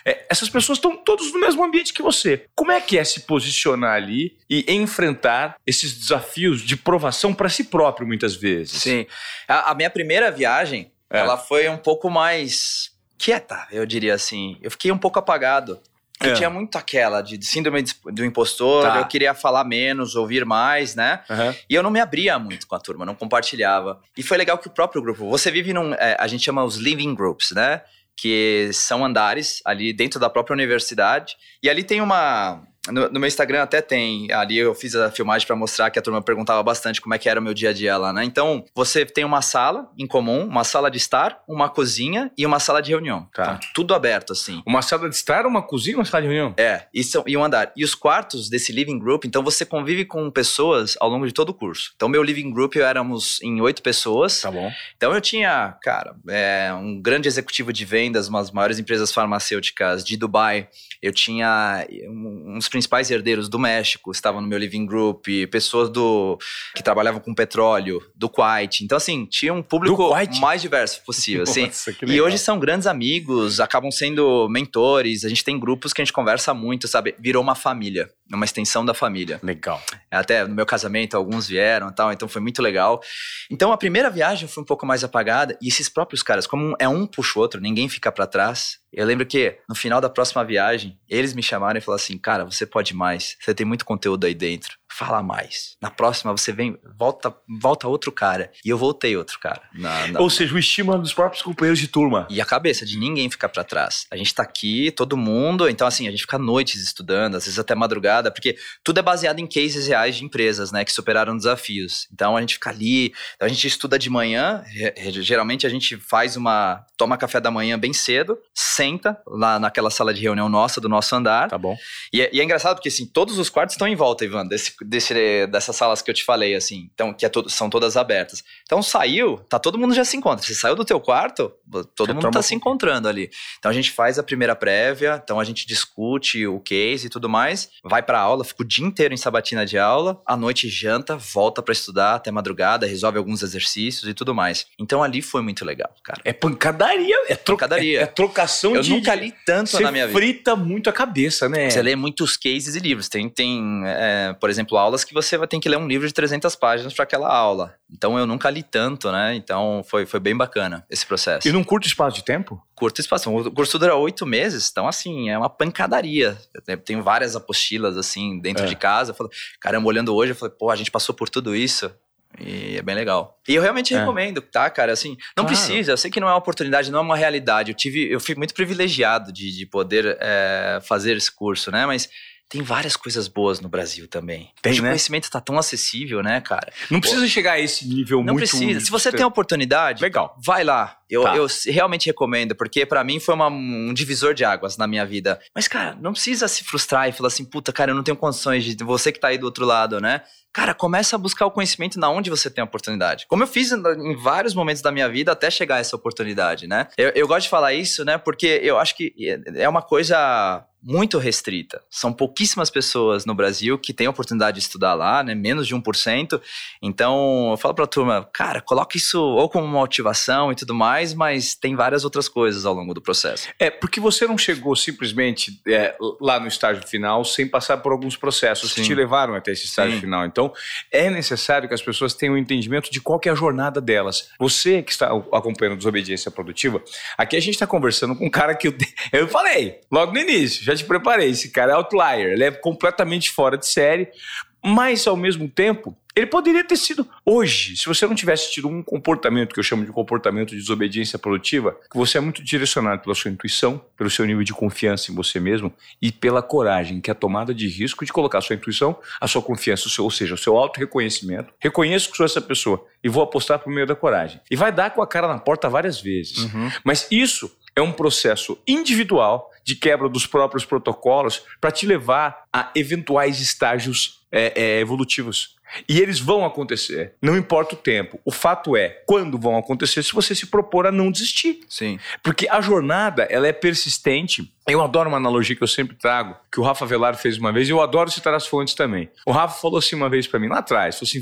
É, essas pessoas estão todos no mesmo ambiente que você. Como é que é se posicionar ali e enfrentar esses desafios de provação para si próprio, muitas vezes? Sim. A, a minha primeira viagem, É. ela foi um pouco mais quieta, eu diria assim. Eu fiquei um pouco apagado. Eu É. tinha muito aquela de, de síndrome do impostor, Tá. eu queria falar menos, ouvir mais, né? Uhum. E eu não me abria muito com a turma, não compartilhava. E foi legal que o próprio grupo, você vive num, é, a gente chama os living groups, né? Que são andares ali dentro da própria universidade. E ali tem uma... No, no meu Instagram até tem, ali eu fiz a filmagem pra mostrar que a turma perguntava bastante como é que era o meu dia a dia lá, né? Então, você tem uma sala em comum, uma sala de estar, uma cozinha e uma sala de reunião. Tá. Então, tudo aberto, assim. Uma sala de estar, uma cozinha, uma sala de reunião? É, e, são, e um andar. E os quartos desse living group, então você convive com pessoas ao longo de todo o curso. Então, meu living group, eu éramos em oito pessoas. Tá bom. Então, eu tinha, cara, é, um grande executivo de vendas, umas maiores empresas farmacêuticas de Dubai. Eu tinha um, uns principais herdeiros do México, estavam no meu living group, pessoas do que trabalhavam com petróleo, do Kuwait. Então, assim, tinha um público mais diverso possível, assim. Nossa, que E legal. hoje são grandes amigos, acabam sendo mentores, a gente tem grupos que a gente conversa muito, sabe? Virou uma família, uma extensão da família. Legal. Até no meu casamento, alguns vieram e tal, então foi muito legal. Então, a primeira viagem foi um pouco mais apagada, e esses próprios caras, como é um puxa o outro, ninguém fica pra trás. Eu lembro que, no final da próxima viagem, eles me chamaram e falaram assim, cara, você pode mais, você tem muito conteúdo aí dentro, fala mais. Na próxima, você vem, volta, volta outro cara. E eu voltei outro cara. Na, na... Ou seja, o estímulo dos próprios companheiros de turma. E a cabeça de ninguém ficar pra trás. A gente tá aqui, todo mundo, então assim, a gente fica noites estudando, às vezes até madrugada, porque tudo é baseado em cases reais de empresas, né, que superaram desafios. Então a gente fica ali, então a gente estuda de manhã, geralmente a gente faz uma, toma café da manhã bem cedo, senta lá naquela sala de reunião nossa, do nosso andar. Tá bom. E é, e é engraçado porque, assim, todos os quartos estão em volta, Ivan, desse, desse, dessas salas que eu te falei, assim, então, que é to, são todas abertas. Então, saiu, tá, todo mundo já se encontra. Você saiu do teu quarto, todo Já mundo toma tá um se encontrando ali. Então, a gente faz a primeira prévia, então a gente discute o case e tudo mais, vai pra aula, fica o dia inteiro em sabatina de aula, à noite janta, volta pra estudar até madrugada, resolve alguns exercícios e tudo mais. Então, ali foi muito legal, cara. É pancadaria, é, tro... Pancadaria. é, é trocação Eu de... nunca li tanto Você na minha vida. frita muito a cabeça, né? Você lê muitos cases e livros. Tem, tem é, por exemplo, aulas que você vai ter que ler um livro de trezentas páginas para aquela aula. Então, eu nunca li tanto, né? Então, foi, foi bem bacana esse processo. E num curto espaço de tempo? Curto espaço. O curso dura oito meses, então, assim, é uma pancadaria. Eu tenho várias apostilas, assim, dentro É. de casa. Eu falo, caramba, olhando hoje, eu falei, pô, a gente passou por tudo isso. E é bem legal. E eu realmente É. recomendo, tá, cara? Assim, não Claro. precisa. Eu sei que não é uma oportunidade, não é uma realidade. Eu tive, eu fui muito privilegiado de, de poder é, fazer esse curso, né? Mas tem várias coisas boas no Brasil também. Tem, Hoje né? O conhecimento tá tão acessível, né, cara? Não precisa chegar a esse nível Não muito... precisa. Se você tem a oportunidade, Legal. vai lá. Eu, Tá. eu realmente recomendo, porque pra mim foi uma- um divisor de águas na minha vida. Mas, cara, não precisa se frustrar e falar assim, puta, cara, eu não tenho condições de você que tá aí do outro lado, né? Cara, começa a buscar o conhecimento na onde você tem a oportunidade. Como eu fiz em em vários momentos da minha vida até chegar a essa oportunidade, né? Eu, eu gosto de falar isso, né? Porque eu acho que é uma coisa muito restrita. São pouquíssimas pessoas no Brasil que têm a oportunidade de estudar lá, né? Menos de um por cento. Então, eu falo pra turma, cara, coloca isso ou como motivação e tudo mais, mas tem várias outras coisas ao longo do processo. É, porque você não chegou simplesmente é, lá no estágio final sem passar por alguns processos Sim. que te levaram até esse estágio Sim. final. Então, é necessário que as pessoas tenham um entendimento de qual que é a jornada delas. Você que está acompanhando Desobediência Produtiva, aqui a gente está conversando com um cara que eu, eu falei logo no início, já te preparei, esse cara é outlier, ele é completamente fora de série, mas ao mesmo tempo, ele poderia ter sido hoje, se você não tivesse tido um comportamento que eu chamo de comportamento de desobediência produtiva, que você é muito direcionado pela sua intuição, pelo seu nível de confiança em você mesmo e pela coragem, que é a tomada de risco de colocar a sua intuição, a sua confiança, o seu, ou seja, o seu auto-reconhecimento. Reconheço que sou essa pessoa e vou apostar por meio da coragem. E vai dar com a cara na porta várias vezes. Uhum. Mas isso é um processo individual de quebra dos próprios protocolos para te levar a eventuais estágios é, é, evolutivos. E eles vão acontecer, não importa o tempo. O fato é, quando vão acontecer, se você se propor a não desistir. Sim. Porque a jornada, ela é persistente. Eu adoro uma analogia que eu sempre trago, que o Rafa Velar fez uma vez, e eu adoro citar as fontes também. O Rafa falou assim uma vez pra mim, lá atrás, falou assim, Van,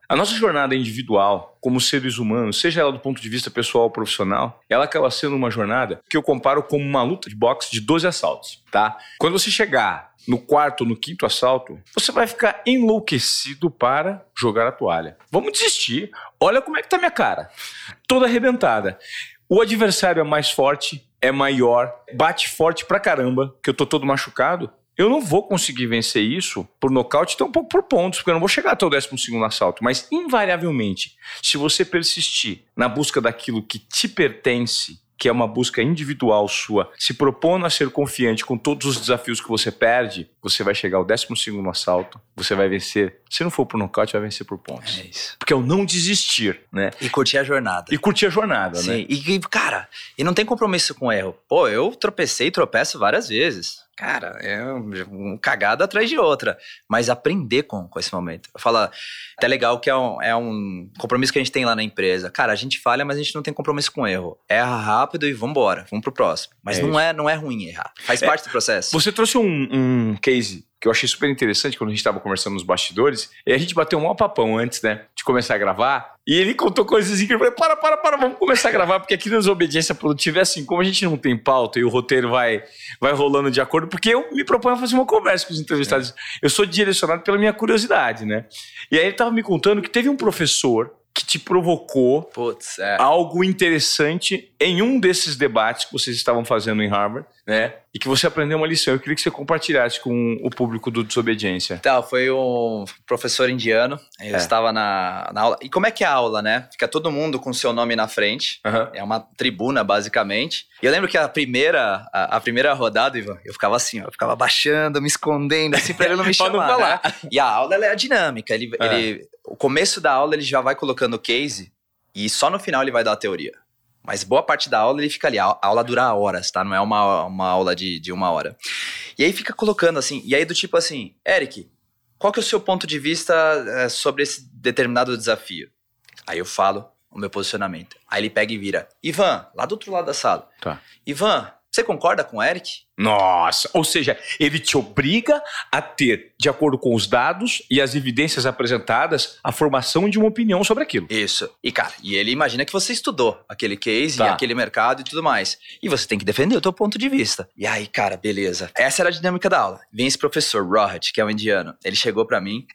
A nossa jornada individual, como seres humanos, seja ela do ponto de vista pessoal ou profissional, ela acaba sendo uma jornada que eu comparo como uma luta de boxe de doze assaltos, tá? Quando você chegar no quarto ou no quinto assalto, você vai ficar enlouquecido para jogar a toalha. Vamos desistir. Olha como é que tá minha cara. Toda arrebentada. O adversário é mais forte, é maior, bate forte pra caramba, que eu tô todo machucado. Eu não vou conseguir vencer isso por nocaute, tão pouco por pontos, porque eu não vou chegar até o décimo segundo assalto. Mas, invariavelmente, se você persistir na busca daquilo que te pertence, que é uma busca individual sua, se propondo a ser confiante com todos os desafios que você perde, você vai chegar ao décimo segundo assalto, você vai vencer. Se não for por nocaute, vai vencer por pontos. É isso. Porque é o não desistir, né? E curtir a jornada. E curtir a jornada, Sim. né? E, cara, e não tem compromisso com o erro. Pô, eu tropecei e tropeço várias vezes. Cara, é uma cagada atrás de outra. Mas aprender com, com esse momento. Eu falo, até legal que é um, é um compromisso que a gente tem lá na empresa. Cara, a gente falha, mas a gente não tem compromisso com o erro. Erra rápido e vambora, vamos pro próximo. Mas é não, é, não é ruim errar. Faz é, parte do processo. Você trouxe um, um case que eu achei super interessante quando a gente estava conversando nos bastidores. E a gente bateu um maior papão antes, né, de começar a gravar. E ele contou coisas assim que eu falei, para, para, para, vamos começar a gravar. Porque aqui na Desobediência Produtiva é assim, como a gente não tem pauta e o roteiro vai, vai rolando de acordo, porque eu me proponho a fazer uma conversa com os entrevistados. É. Eu sou direcionado pela minha curiosidade, né? E aí ele estava me contando que teve um professor que te provocou Putz, é. algo interessante em um desses debates que vocês estavam fazendo em Harvard, né? E que você aprendeu uma lição. Eu queria que você compartilhasse com o público do Desobediência. Então, foi um professor indiano. Eu é. estava na, na aula. E como é que é a aula, né? Fica todo mundo com o seu nome na frente. Uhum. É uma tribuna, basicamente. E eu lembro que a primeira, a, a primeira rodada, Ivan, eu ficava assim, ó, eu ficava baixando, me escondendo, assim, pra ele não me chamar. Não né? E a aula, ela é dinâmica. Ele, uhum. ele, o começo da aula, ele já vai colocando o case e só no final ele vai dar a teoria. Mas boa parte da aula ele fica ali. A aula dura horas, tá? Não é uma, uma aula de, de uma hora. E aí fica colocando assim. E aí do tipo assim, Eric, qual que é o seu ponto de vista é, sobre esse determinado desafio? Aí eu falo o meu posicionamento. Aí ele pega e vira. Ivan, lá do outro lado da sala. Tá. Ivan, você concorda com o Eric? Nossa, ou seja, ele te obriga a ter, de acordo com os dados e as evidências apresentadas, a formação de uma opinião sobre aquilo. Isso. E cara, e ele imagina que você estudou aquele case tá. e aquele mercado e tudo mais. E você tem que defender o teu ponto de vista. E aí, cara, beleza. Essa era a dinâmica da aula. Vem esse professor, Rohit, que é um indiano. Ele chegou pra mim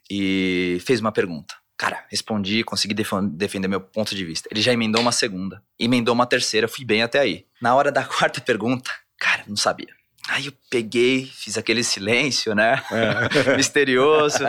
e fez uma pergunta. Cara, respondi, consegui def- defender meu ponto de vista. Ele já emendou uma segunda, emendou uma terceira, fui bem até aí. Na hora da quarta pergunta, cara, não sabia. Aí eu peguei, fiz aquele silêncio, né? É. Misterioso.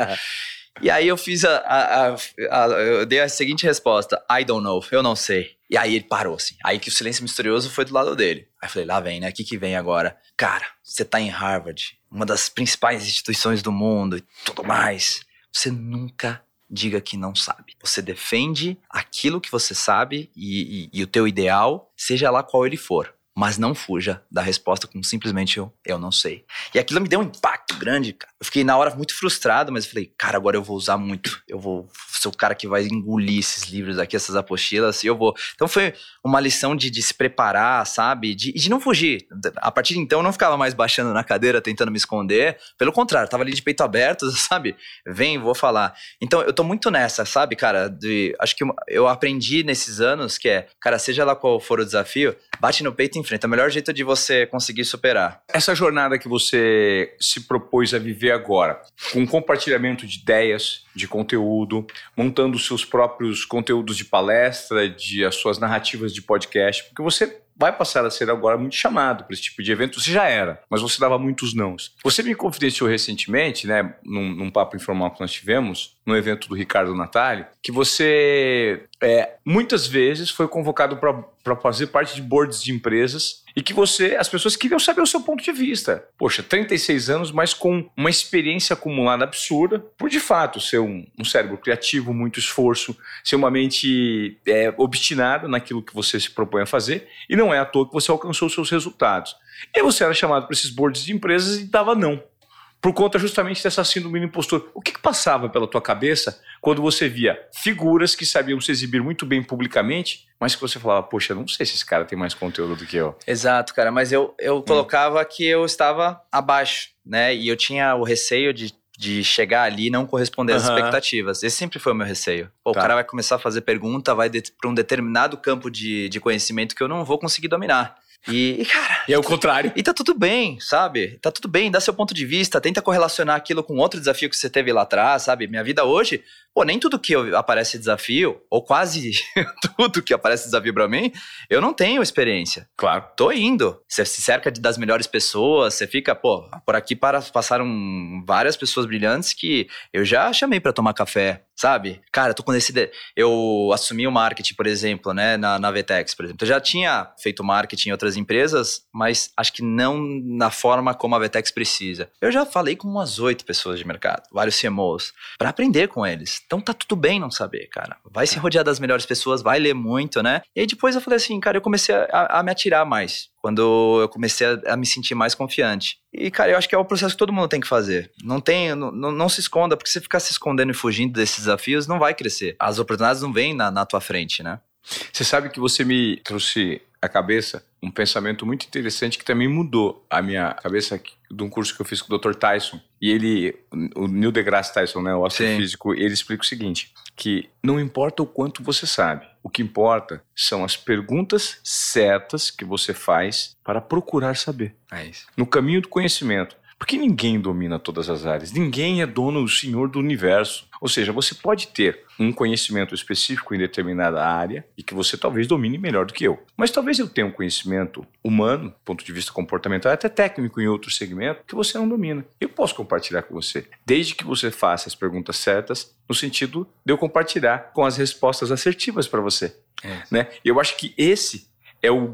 E aí eu fiz a, a, a, a... Eu dei a seguinte resposta. I don't know, eu não sei. E aí ele parou, assim. Aí que o silêncio misterioso foi do lado dele. Aí eu falei, lá vem, né? O que que vem agora? Cara, você tá em Harvard, uma das principais instituições do mundo e tudo mais. Você nunca diga que não sabe. Você defende aquilo que você sabe e, e, e o teu ideal, seja lá qual ele for. Mas não fuja da resposta com simplesmente eu, eu não sei. E aquilo me deu um impacto grande, cara. Eu fiquei na hora muito frustrado, mas eu falei, cara, agora eu vou usar muito. Eu vou ser o cara que vai engolir esses livros aqui, essas apostilas, e eu vou... Então foi uma lição de, de se preparar, sabe? De, de não fugir. A partir de então eu não ficava mais baixando na cadeira, tentando me esconder. Pelo contrário, eu tava ali de peito aberto, sabe? Vem, vou falar. Então eu tô muito nessa, sabe, cara? De, acho que eu aprendi nesses anos que é, cara, seja lá qual for o desafio, bate no peito e enfrenta. É o melhor jeito de você conseguir superar. Essa jornada que você se propôs a viver agora, com compartilhamento de ideias, de conteúdo, montando os seus próprios conteúdos de palestra, de as suas narrativas de podcast, porque você vai passar a ser agora muito chamado para esse tipo de evento. Você já era, mas você dava muitos nãos. Você me confidenciou recentemente, né, num, num papo informal que nós tivemos, no evento do Ricardo Natali, que você é, muitas vezes foi convocado para fazer parte de boards de empresas e que você, as pessoas queriam saber o seu ponto de vista. Poxa, trinta e seis anos, mas com uma experiência acumulada absurda, por de fato ser um, um cérebro criativo, muito esforço, ser uma mente é, obstinada naquilo que você se propõe a fazer, e não é à toa que você alcançou os seus resultados. E você era chamado para esses boards de empresas e dava não, por conta justamente dessa síndrome do impostor. O que, que passava pela tua cabeça quando você via figuras que sabiam se exibir muito bem publicamente, mas que você falava, poxa, não sei se esse cara tem mais conteúdo do que eu. Exato, cara, mas eu, eu hum. colocava que eu estava abaixo, né? E eu tinha o receio de, de chegar ali e não corresponder às Aham. expectativas. Esse sempre foi o meu receio. Pô, Tá. O cara vai começar a fazer pergunta, vai para um determinado campo de, de conhecimento que eu não vou conseguir dominar. E, e, cara... E é o contrário. E tá tudo bem, sabe? Tá tudo bem, dá seu ponto de vista, tenta correlacionar aquilo com outro desafio que você teve lá atrás, sabe? Minha vida hoje, pô, nem tudo que eu, aparece desafio, ou quase tudo que aparece desafio pra mim, eu não tenho experiência. Claro. Tô indo. Você se cerca de, das melhores pessoas, você fica, pô, por aqui para, passaram várias pessoas brilhantes que eu já chamei pra tomar café, sabe? Cara, eu tô com esse... De... Eu assumi o marketing, por exemplo, né, na, na Vetex, por exemplo. Eu já tinha feito marketing em outras empresas, mas acho que não na forma como a Vetex precisa. Eu já falei com umas oito pessoas de mercado, vários C M Os, pra aprender com eles. Então tá tudo bem não saber, cara. Vai se rodear das melhores pessoas, vai ler muito, né? E aí depois eu falei assim, cara, eu comecei a, a me atirar mais. Quando eu comecei a, a me sentir mais confiante. E, cara, eu acho que é o processo que todo mundo tem que fazer. Não tem, não, não, não se esconda, porque se ficar se escondendo e fugindo desses desafios, não vai crescer. As oportunidades não vêm na, na tua frente, né? Você sabe que você me trouxe à cabeça um pensamento muito interessante que também mudou a minha cabeça de um curso que eu fiz com o doutor Tyson. E ele, o Neil deGrasse Tyson, né, o astrofísico, ele explica o seguinte, que não importa o quanto você sabe, o que importa são as perguntas certas que você faz para procurar saber. É isso. No caminho do conhecimento. Porque ninguém domina todas as áreas, ninguém é dono, o senhor do universo. Ou seja, você pode ter um conhecimento específico em determinada área e que você talvez domine melhor do que eu. Mas talvez eu tenha um conhecimento humano, do ponto de vista comportamental, até técnico em outro segmento, que você não domina. Eu posso compartilhar com você, desde que você faça as perguntas certas, no sentido de eu compartilhar com as respostas assertivas para você. É. Né? E eu acho que esse é o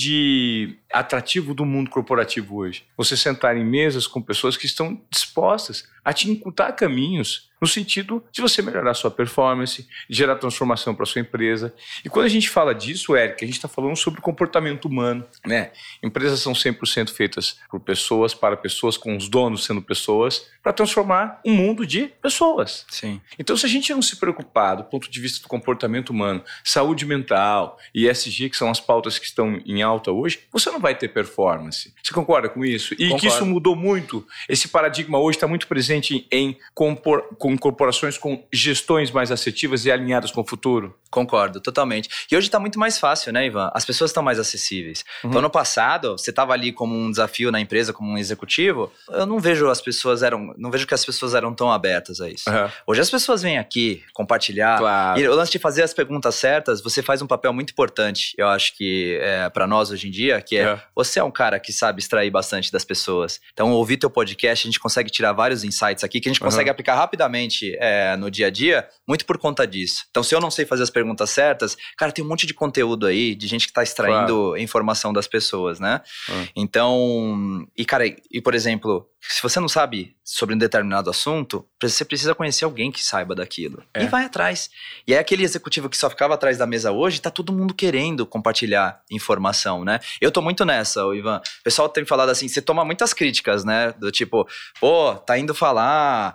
grande atrativo do mundo corporativo hoje. Você sentar em mesas com pessoas que estão dispostas a te encurtar caminhos no sentido de você melhorar a sua performance, gerar transformação para a sua empresa. E quando a gente fala disso, Eric, a gente está falando sobre comportamento humano, né? Empresas são cem por cento feitas por pessoas, para pessoas, com os donos sendo pessoas, para transformar um mundo de pessoas. Sim. Então, se a gente não se preocupar do ponto de vista do comportamento humano, saúde mental e E S G, que são as pautas que estão em alta hoje, você não vai ter performance. Você concorda com isso? E Concordo. que isso mudou muito. Esse paradigma hoje está muito presente em compor, com corporações com gestões mais assertivas e alinhadas com o futuro. Concordo, totalmente. E hoje tá muito mais fácil, né, Ivan? As pessoas estão mais acessíveis. Uhum. Então, no passado, você tava ali como um desafio na empresa, como um executivo, eu não vejo as pessoas eram, não vejo que as pessoas eram tão abertas a isso. Uhum. Hoje as pessoas vêm aqui compartilhar. Claro. E o lance de fazer as perguntas certas, você faz um papel muito importante, eu acho que é, para nós hoje em dia, que é, É. você é um cara que sabe extrair bastante das pessoas. Então, ouvir teu podcast, a gente consegue tirar vários insights aqui que a gente Uhum. consegue aplicar rapidamente é, no dia a dia, muito por conta disso. Então, se eu não sei fazer as perguntas certas, cara, tem um monte de conteúdo aí, de gente que tá extraindo Claro. informação das pessoas, né? Uhum. Então, e cara, e por exemplo, se você não sabe sobre um determinado assunto, você precisa conhecer alguém que saiba daquilo. É. E vai atrás. E é aquele executivo que só ficava atrás da mesa hoje, tá todo mundo querendo compartilhar informação, né? Eu tô muito nessa, ô Ivan. O pessoal tem falado assim, você toma muitas críticas, né? Do tipo, pô, tá indo falar,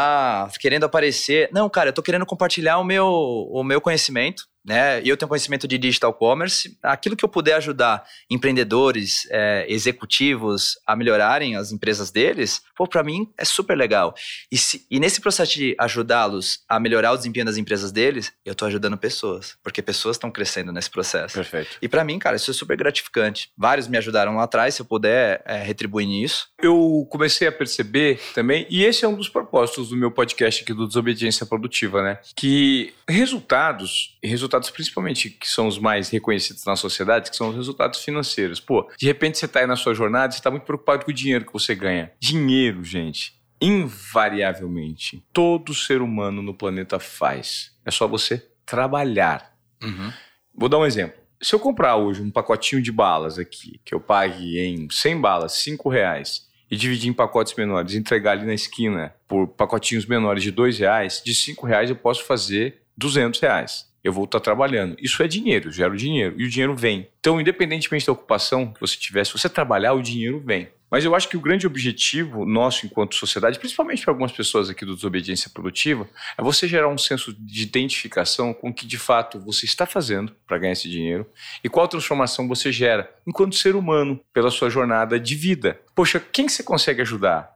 tá querendo aparecer. Não, cara, eu tô querendo compartilhar o meu, o meu conhecimento, né? E eu tenho conhecimento de digital commerce. Aquilo que eu puder ajudar empreendedores, é, executivos a melhorarem as empresas deles, pô, pra mim é super legal. E, se, e nesse processo de ajudá-los a melhorar o desempenho das empresas deles, eu tô ajudando pessoas, porque pessoas estão crescendo nesse processo. Perfeito. E pra mim, cara, isso é super gratificante. Vários me ajudaram lá atrás, se eu puder é, retribuir nisso. Eu comecei a perceber também, e esse é um dos propósitos do meu podcast aqui do Desobediência Produtiva, né? Que resultados, e resultados principalmente que são os mais reconhecidos na sociedade, que são os resultados financeiros. Pô, de repente você tá aí na sua jornada e você tá muito preocupado com o dinheiro que você ganha. Dinheiro, gente, invariavelmente, todo ser humano no planeta faz. É só você trabalhar. Uhum. Vou dar um exemplo. Se eu comprar hoje um pacotinho de balas aqui, que eu pague em cem balas, cinco reais, e dividir em pacotes menores, entregar ali na esquina por pacotinhos menores de dois reais, de cinco reais eu posso fazer duzentos reais. Eu vou estar trabalhando. Isso é dinheiro, eu gero dinheiro. E o dinheiro vem. Então, independentemente da ocupação que você tiver, se você trabalhar, o dinheiro vem. Mas eu acho que o grande objetivo nosso enquanto sociedade, principalmente para algumas pessoas aqui do Desobediência Produtiva, é você gerar um senso de identificação com o que de fato você está fazendo para ganhar esse dinheiro e qual transformação você gera enquanto ser humano pela sua jornada de vida. Poxa, quem você consegue ajudar?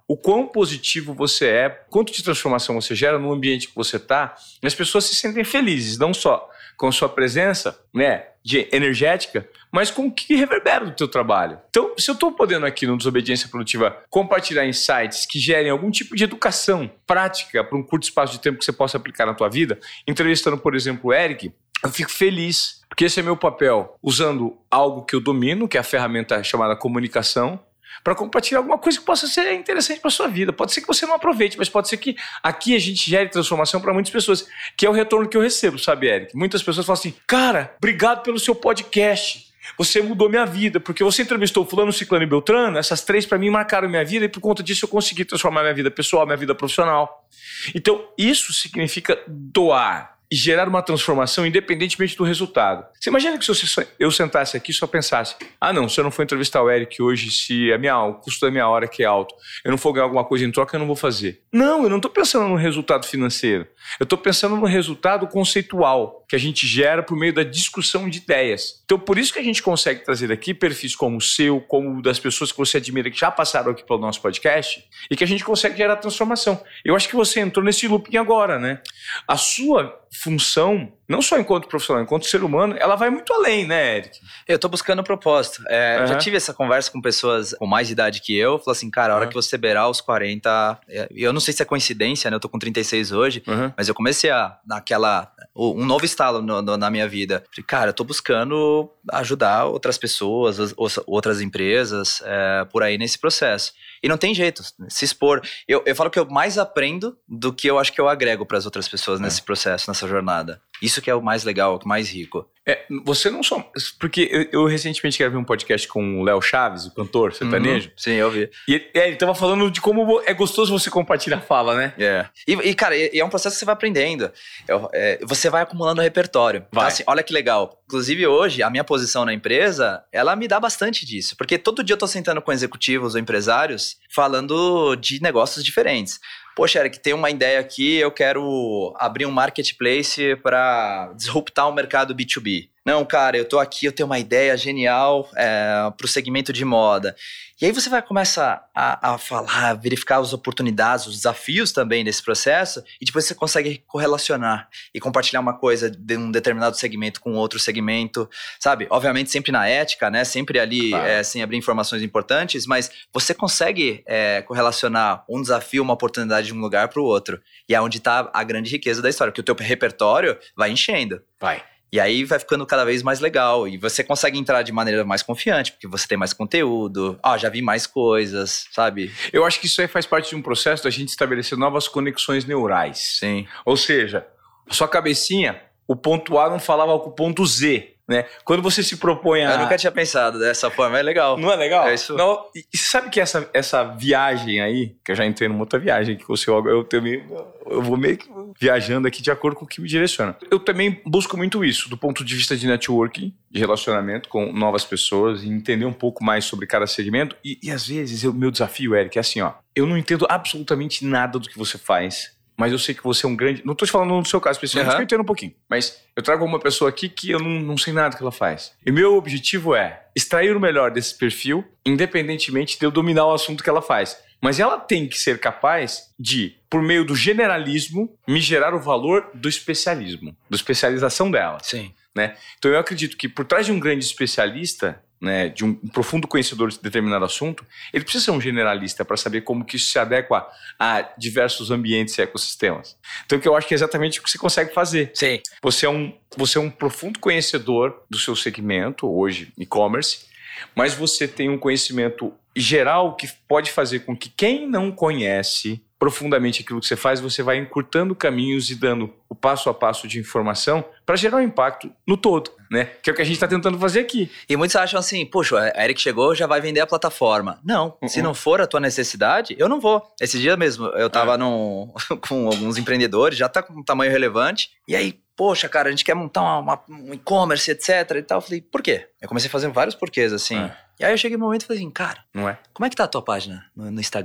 o quão positivo você é, quanto de transformação você gera no ambiente que você está, e as pessoas se sentem felizes, não só com a sua presença, né, de energética, mas com o que reverbera do teu trabalho. Então, se eu estou podendo aqui no Desobediência Produtiva compartilhar insights que gerem algum tipo de educação prática para um curto espaço de tempo que você possa aplicar na tua vida, entrevistando, por exemplo, o Eric, eu fico feliz, porque esse é meu papel, usando algo que eu domino, que é a ferramenta chamada comunicação, para compartilhar alguma coisa que possa ser interessante para sua vida. Pode ser que você não aproveite, mas pode ser que aqui a gente gere transformação para muitas pessoas, que é o retorno que eu recebo, sabe, Eric? Muitas pessoas falam assim, cara, obrigado pelo seu podcast, você mudou minha vida, porque você entrevistou fulano, ciclano e beltrano, essas três para mim marcaram minha vida e por conta disso eu consegui transformar minha vida pessoal, minha vida profissional. Então, isso significa doar e gerar uma transformação independentemente do resultado. Você imagina que se eu sentasse aqui e só pensasse, ah não, se eu não for entrevistar o Eric hoje, se a minha, o custo da minha hora que é alto, eu não for ganhar alguma coisa em troca, eu não vou fazer. Não, eu não estou pensando no resultado financeiro. Eu estou pensando no resultado conceitual que a gente gera por meio da discussão de ideias. Então, por isso que a gente consegue trazer aqui perfis como o seu, como o das pessoas que você admira, que já passaram aqui pelo nosso podcast, e que a gente consegue gerar transformação. Eu acho que você entrou nesse looping agora, né? A sua função, não só enquanto profissional, enquanto ser humano, ela vai muito além, né, Eric? Eu tô buscando um propósito. É, Uhum. Já tive essa conversa com pessoas com mais idade que eu. Falei assim, cara, a hora Uhum. que você beirar os quarenta... Eu não sei se é coincidência, né? Eu tô com trinta e seis hoje. Uhum. Mas eu comecei a, naquela... Um novo estalo no, no, na minha vida. Falei, cara, eu tô buscando ajudar outras pessoas, os, outras empresas, é, por aí nesse processo. E não tem jeito, se expor. Eu, eu falo que eu mais aprendo do que eu acho que eu agrego para as outras pessoas nesse é. processo, nessa jornada. Isso que é o mais legal, o mais rico. É, você não só... Porque eu, eu recentemente gravei um podcast com o Léo Chaves, o cantor sertanejo. Uhum, sim, eu vi. E ele, é, ele tava falando de como é gostoso você compartilhar a fala, né? É. E, e cara, e, e é um processo que você vai aprendendo. É, é, você vai acumulando repertório. Vai. Então, assim, olha que legal. Inclusive, hoje, a minha posição na empresa, ela me dá bastante disso. Porque todo dia eu tô sentando com executivos ou empresários falando de negócios diferentes. Poxa, Eric, tem uma ideia aqui, eu quero abrir um marketplace para disruptar o mercado B dois B. Não, cara, eu tô aqui, eu tenho uma ideia genial é, para o segmento de moda. E aí você vai começar a, a falar, verificar as oportunidades, os desafios também desse processo, e depois você consegue correlacionar e compartilhar uma coisa de um determinado segmento com outro segmento, sabe? Obviamente sempre na ética, né? Sempre ali, claro. é, sem abrir informações importantes, mas você consegue é, correlacionar um desafio, uma oportunidade de um lugar para o outro. E é onde está a grande riqueza da história, porque o teu repertório vai enchendo. Vai. E aí vai ficando cada vez mais legal. E você consegue entrar de maneira mais confiante, porque você tem mais conteúdo. Ó, já vi mais coisas, sabe? Eu acho que isso aí faz parte de um processo da gente estabelecer novas conexões neurais. Sim. Ou seja, a sua cabecinha, o ponto A não falava com o ponto Z. Né? Quando você se propõe a... Eu nunca tinha pensado dessa forma, é legal. Não é legal? É isso. Não, e você sabe que essa, essa viagem aí, que eu já entrei numa outra viagem, que você, eu, também, eu vou meio que viajando aqui de acordo com o que me direciona. Eu também busco muito isso, do ponto de vista de networking, de relacionamento com novas pessoas, e entender um pouco mais sobre cada segmento. E, e às vezes, o meu desafio, Eric, é assim, ó, eu não entendo absolutamente nada do que você faz, mas eu sei que você é um grande... Não tô te falando no seu caso especificamente, uhum. que eu entendo um pouquinho. Mas eu trago uma pessoa aqui que eu não, não sei nada do que ela faz. E meu objetivo é extrair o melhor desse perfil, independentemente de eu dominar o assunto que ela faz. Mas ela tem que ser capaz de, por meio do generalismo, me gerar o valor do especialismo, da especialização dela. Sim. Né? Então eu acredito que por trás de um grande especialista, né, de um, um profundo conhecedor de determinado assunto, ele precisa ser um generalista para saber como que isso se adequa a diversos ambientes e ecossistemas. Então que eu acho que é exatamente o que você consegue fazer. Sim. Você é um, você é um profundo conhecedor do seu segmento, hoje e-commerce, mas você tem um conhecimento geral que pode fazer com que quem não conhece profundamente aquilo que você faz, você vai encurtando caminhos e dando o passo a passo de informação para gerar um impacto no todo, né? Que é o que a gente está tentando fazer aqui. E muitos acham assim, poxa, a Eric chegou, já vai vender a plataforma. Não, uh-uh. se não for a tua necessidade, eu não vou. Esse dia mesmo, eu tava ah. num, com alguns empreendedores, já tá com um tamanho relevante, e aí, poxa, cara, a gente quer montar uma, uma, um e-commerce, etc e tal. Eu falei, por quê? Eu comecei a fazer vários porquês, assim. Ah. E aí eu cheguei no momento e falei assim, cara, não é? Como é que tá a tua página no, no Instagram?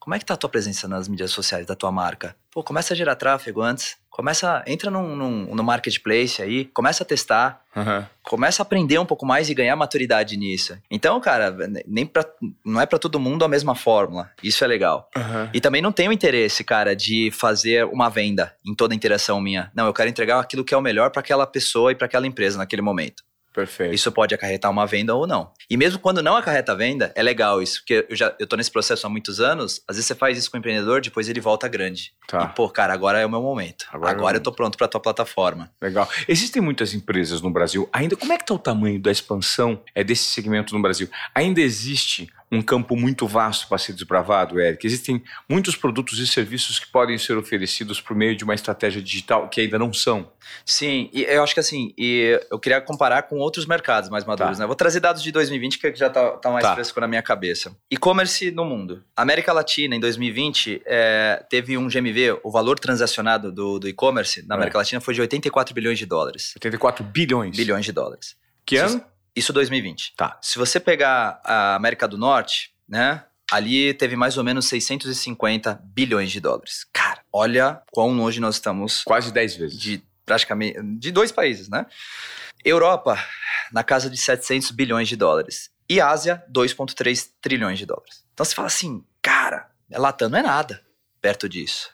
como é que tá a tua presença nas mídias sociais da tua marca? Pô, começa a gerar tráfego antes. Começa, entra num, num, no marketplace aí, começa a testar, uhum. começa a aprender um pouco mais e ganhar maturidade nisso. Então, cara, nem pra, não é pra todo mundo a mesma fórmula. Isso é legal. Uhum. E também não tenho interesse, cara, de fazer uma venda em toda interação minha. Não, eu quero entregar aquilo que é o melhor pra aquela pessoa e pra aquela empresa naquele momento. Perfeito. Isso pode acarretar uma venda ou não. E mesmo quando não acarreta venda, é legal isso. Porque eu já eu tô nesse processo há muitos anos. Às vezes você faz isso com o empreendedor, depois ele volta grande. Tá. E, pô, cara, agora é o meu momento. Agora, agora é eu tô pronto pra tua plataforma. Legal. Existem muitas empresas no Brasil. Ainda, como é que tá o tamanho da expansão é, desse segmento no Brasil? Ainda existe um campo muito vasto para ser desbravado, Eric? Existem muitos produtos e serviços que podem ser oferecidos por meio de uma estratégia digital que ainda não são? Sim, e eu acho que assim, e eu queria comparar com outros mercados mais maduros, Tá. né? Vou trazer dados de dois mil e vinte que já tá, tá mais Tá. fresco na minha cabeça. E-commerce no mundo. América Latina, em dois mil e vinte, é, teve um G M V, o valor transacionado do, do e-commerce na América É. Latina foi de oitenta e quatro bilhões de dólares. oitenta e quatro bilhões? Bilhões de dólares. Que Se- ano? Isso dois mil e vinte. Tá. Se você pegar a América do Norte, né? Ali teve mais ou menos seiscentos e cinquenta bilhões de dólares. Cara, olha quão longe nós estamos Quase dez vezes. de praticamente de dois países, né? Europa, na casa de setecentos bilhões de dólares. E Ásia, dois vírgula três trilhões de dólares. Então você fala assim, cara, Latam não é nada perto disso.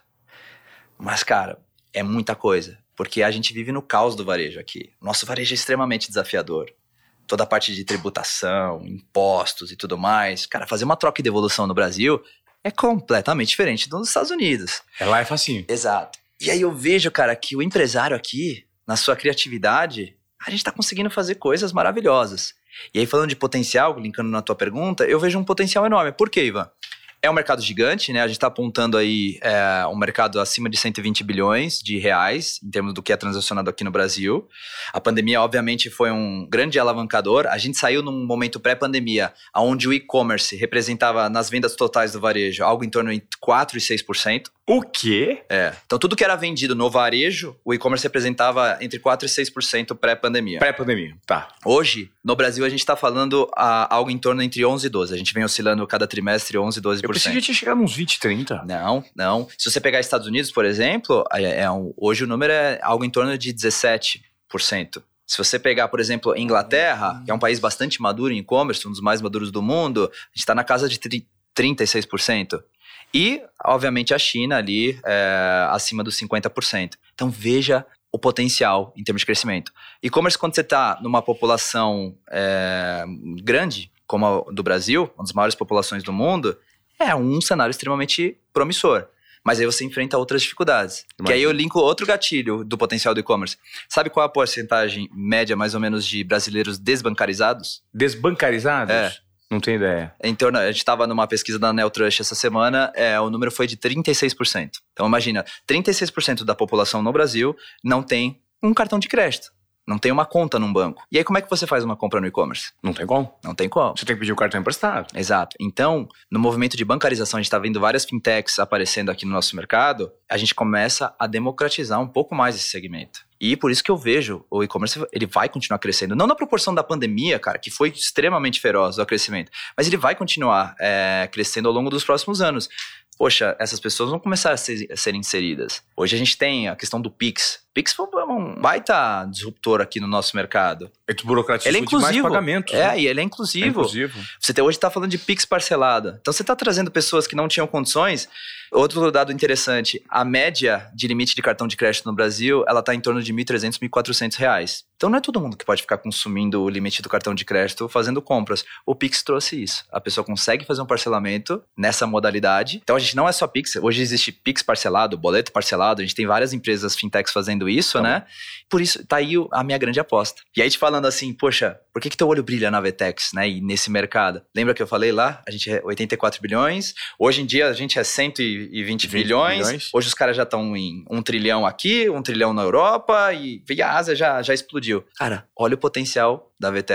Mas, cara, é muita coisa. Porque a gente vive no caos do varejo aqui. Nosso varejo é extremamente desafiador. Toda a parte de tributação, impostos e tudo mais. Cara, fazer uma troca e devolução no Brasil é completamente diferente dos Estados Unidos. É lá é facinho. Exato. E aí eu vejo, cara, que o empresário aqui, na sua criatividade, a gente tá conseguindo fazer coisas maravilhosas. E aí falando de potencial, linkando na tua pergunta, eu vejo um potencial enorme. Por quê, Ivan? É um mercado gigante, né? A gente tá apontando aí é, um mercado acima de cento e vinte bilhões de reais, em termos do que é transacionado aqui no Brasil. A pandemia, obviamente, foi um grande alavancador. A gente saiu num momento pré-pandemia, onde o e-commerce representava, nas vendas totais do varejo, algo em torno de quatro e seis por cento. O quê? É. Então, tudo que era vendido no varejo, o e-commerce representava entre quatro e seis por cento pré-pandemia. Pré-pandemia. Tá. Hoje, no Brasil, a gente está falando a, algo em torno entre onze e doze. A gente vem oscilando cada trimestre onze, doze por cento. Eu pensei que tinha chegado uns vinte, trinta. Não, não. Se você pegar Estados Unidos, por exemplo, é, é um, hoje o número é algo em torno de dezessete por cento. Se você pegar, por exemplo, Inglaterra, que é um país bastante maduro em e-commerce, um dos mais maduros do mundo, a gente está na casa de trinta e seis por cento. E, obviamente, a China ali é, acima dos cinquenta por cento. Então, veja o potencial em termos de crescimento. E-commerce, quando você está numa população é, grande, como a do Brasil, uma das maiores populações do mundo, é um cenário extremamente promissor. Mas aí você enfrenta outras dificuldades. Imagina. Que aí eu linko outro gatilho do potencial do e-commerce. Sabe qual é a porcentagem média, mais ou menos, de brasileiros desbancarizados? Desbancarizados? É. Não tenho ideia. Em torno, a gente estava numa pesquisa da Neotrust essa semana, é, o número foi de trinta e seis por cento. Então imagina, trinta e seis por cento da população no Brasil não tem um cartão de crédito. Não tem uma conta num banco. E aí como é que você faz uma compra no e-commerce? Não tem como. Não tem como. Você tem que pedir o cartão emprestado. Exato. Então, no movimento de bancarização, a gente está vendo várias fintechs aparecendo aqui no nosso mercado, a gente começa a democratizar um pouco mais esse segmento. E por isso que eu vejo o e-commerce, ele vai continuar crescendo. Não na proporção da pandemia, cara, que foi extremamente feroz o crescimento, mas ele vai continuar é, crescendo ao longo dos próximos anos. Poxa, essas pessoas vão começar a ser, a ser inseridas. Hoje a gente tem a questão do Pix. Pix foi um baita disruptor aqui no nosso mercado. É burocratizou Ele é demais inclusivo. pagamentos. É, né? e ele é inclusivo. É inclusivo. Você tem, hoje está falando de Pix parcelada. Então você está trazendo pessoas que não tinham condições. Outro dado interessante, a média de limite de cartão de crédito no Brasil, ela está em torno de mil e trezentos, mil e quatrocentos reais. Então não é todo mundo que pode ficar consumindo o limite do cartão de crédito fazendo compras. O Pix trouxe isso. A pessoa consegue fazer um parcelamento nessa modalidade. Então a gente não é só Pix. Hoje existe Pix parcelado, boleto parcelado. A gente tem várias empresas fintechs fazendo isso, Tá né? bom. Por isso, tá aí a minha grande aposta. E aí te falando assim, poxa, por que que teu olho brilha na Vetex, né? E nesse mercado? Lembra que eu falei lá? A gente é oitenta e quatro bilhões. Hoje em dia a gente é cento e vinte bilhões. bilhões. Hoje os caras já estão em um trilhão aqui, um trilhão na Europa e, e a Ásia já, já explodiu. Cara, olha o potencial da Vetex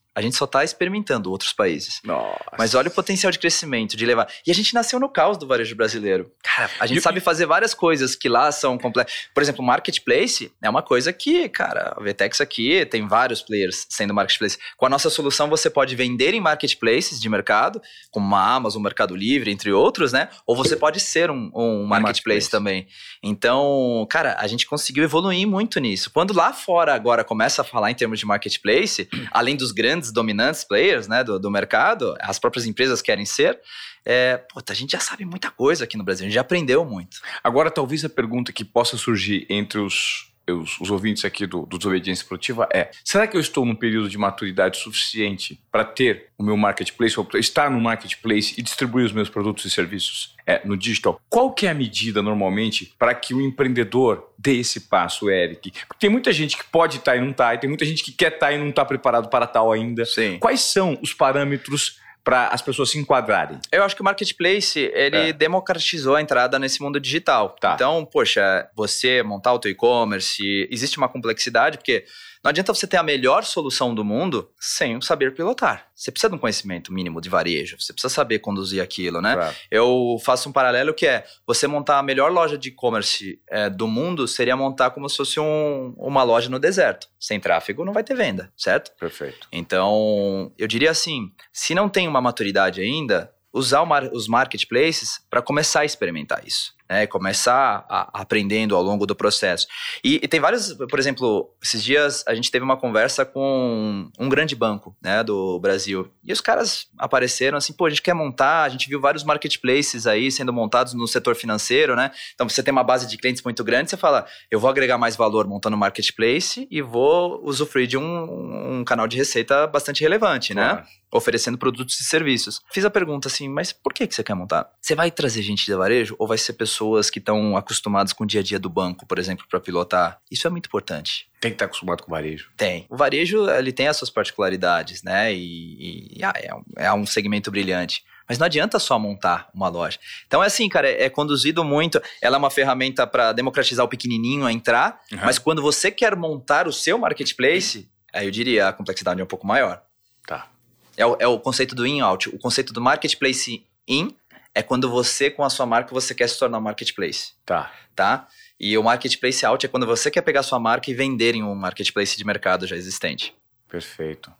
A gente só tá experimentando outros países. Nossa. Mas olha o potencial de crescimento, de levar. E a gente nasceu no caos do varejo brasileiro. Cara, a gente e, sabe fazer várias coisas que lá são complexas. Por exemplo, o marketplace é uma coisa que, cara, a Vtex aqui tem vários players sendo marketplace. Com a nossa solução, você pode vender em marketplaces de mercado, como a Amazon, Mercado Livre, entre outros, né? Ou você pode ser um, um marketplace, marketplace também. Então, cara, a gente conseguiu evoluir muito nisso. Quando lá fora agora começa a falar em termos de marketplace, além dos grandes dominantes players, né, do, do mercado, as próprias empresas querem ser, é, puta, a gente já sabe muita coisa aqui no Brasil, a gente já aprendeu muito. Agora, talvez a pergunta que possa surgir entre os, os, os ouvintes aqui do, do Desobediência Produtiva é, será que eu estou num período de maturidade suficiente para ter o meu marketplace, ou estar no marketplace e distribuir os meus produtos e serviços é, no digital? Qual que é a medida, normalmente, para que o empreendedor dê esse passo, Eric? Porque tem muita gente que pode estar e não está, e tem muita gente que quer estar e não está preparado para tal ainda. Sim. Quais são os parâmetros para as pessoas se enquadrarem? Eu acho que o marketplace, ele é. democratizou a entrada nesse mundo digital. Tá. Então, poxa, você montar o teu e-commerce, existe uma complexidade, porque não adianta você ter a melhor solução do mundo sem saber pilotar. Você precisa de um conhecimento mínimo de varejo, você precisa saber conduzir aquilo, né? Claro. Eu faço um paralelo que é, você montar a melhor loja de e-commerce é, do mundo seria montar como se fosse um, uma loja no deserto. Sem tráfego não vai ter venda, certo? Perfeito. Então, eu diria assim, se não tem uma maturidade ainda, usar mar- os marketplaces para começar a experimentar isso. Né, começar a, a aprendendo ao longo do processo. E, e tem vários, por exemplo, esses dias a gente teve uma conversa com um grande banco, né, do Brasil. E os caras apareceram assim, pô, a gente quer montar, a gente viu vários marketplaces aí sendo montados no setor financeiro, né? Então você tem uma base de clientes muito grande, você fala, eu vou agregar mais valor montando um marketplace e vou usufruir de um, um canal de receita bastante relevante, claro, né? Oferecendo produtos e serviços. Fiz a pergunta assim, mas por que que você quer montar? Você vai trazer gente de varejo ou vai ser pessoas pessoas que estão acostumadas com o dia a dia do banco, por exemplo, para pilotar? Isso é muito importante. Tem que estar acostumado com o varejo. Tem. O varejo, ele tem as suas particularidades, né? E, e ah, é, um, é um segmento brilhante. Mas não adianta só montar uma loja. Então é assim, cara, é, é conduzido muito. Ela é uma ferramenta para democratizar o pequenininho a entrar, uhum, mas quando você quer montar o seu marketplace, aí eu diria a complexidade é um pouco maior. Tá. É o, é o conceito do in-out. O conceito do marketplace in é quando você, com a sua marca, você quer se tornar um marketplace. Tá. Tá? E o marketplace out é quando você quer pegar a sua marca e vender em um marketplace de mercado já existente. Perfeito.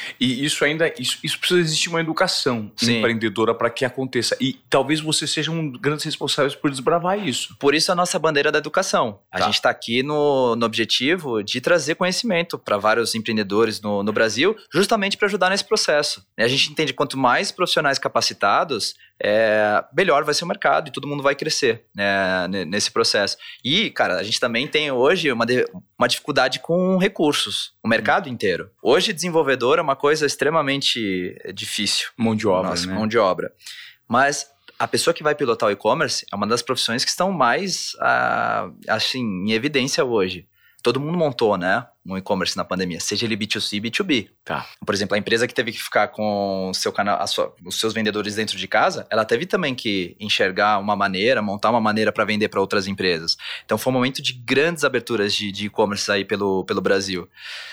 E isso ainda, isso, isso precisa existir uma educação, sim, empreendedora para que aconteça. E talvez você seja um dos grandes responsáveis por desbravar isso. Por isso a nossa bandeira da educação. A tá. gente está aqui no, no objetivo de trazer conhecimento para vários empreendedores no, no Brasil, justamente para ajudar nesse processo. E a gente entende que quanto mais profissionais capacitados, é, melhor vai ser o mercado e todo mundo vai crescer, né, nesse processo. E, cara, a gente também tem hoje uma, de, uma dificuldade com recursos, o mercado hum. inteiro. Hoje, desenvolvedor é uma coisa extremamente difícil. Mão de obra, Nossa, né? Mão de obra. Mas a pessoa que vai pilotar o e-commerce é uma das profissões que estão mais, ah, assim, em evidência hoje. Todo mundo montou, né, um e-commerce na pandemia, seja ele B dois C, B dois B. Tá. Por exemplo, a empresa que teve que ficar com seu canal, a sua, os seus vendedores dentro de casa, ela teve também que enxergar uma maneira, montar uma maneira para vender para outras empresas. Então foi um momento de grandes aberturas de, de e-commerce aí pelo, pelo Brasil.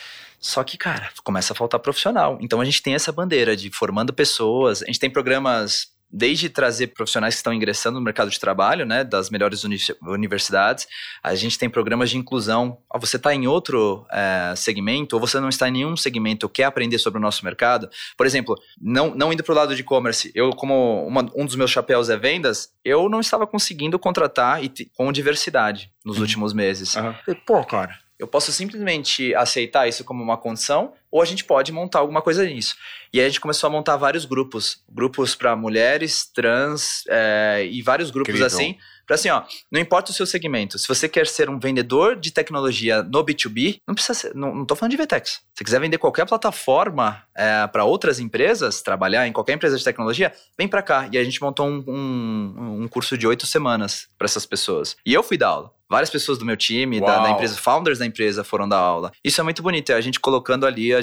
Só que, cara, começa a faltar profissional. Então a gente tem essa bandeira de formando pessoas, a gente tem programas desde trazer profissionais que estão ingressando no mercado de trabalho, né, das melhores uni- universidades, a gente tem programas de inclusão. Ah, você está em outro é, segmento, ou você não está em nenhum segmento, quer aprender sobre o nosso mercado. Por exemplo, não, não indo para o lado de e-commerce, eu, como uma, um dos meus chapéus é vendas, eu não estava conseguindo contratar e t- com diversidade nos uhum. últimos meses. Uhum. E, pô, cara, eu posso simplesmente aceitar isso como uma condição, ou a gente pode montar alguma coisa nisso. E aí a gente começou a montar vários grupos. Grupos para mulheres, trans é, e vários grupos Incrível. assim. Para assim, ó, não importa o seu segmento. Se você quer ser um vendedor de tecnologia no B dois B, não precisa ser, não, não tô falando de Vtex. Se você quiser vender qualquer plataforma é, para outras empresas, trabalhar em qualquer empresa de tecnologia, vem para cá. E a gente montou um, um, um curso de oito semanas para essas pessoas. E eu fui dar aula. Várias pessoas do meu time, da, da empresa, founders da empresa foram dar aula. Isso é muito bonito, é a gente colocando ali a,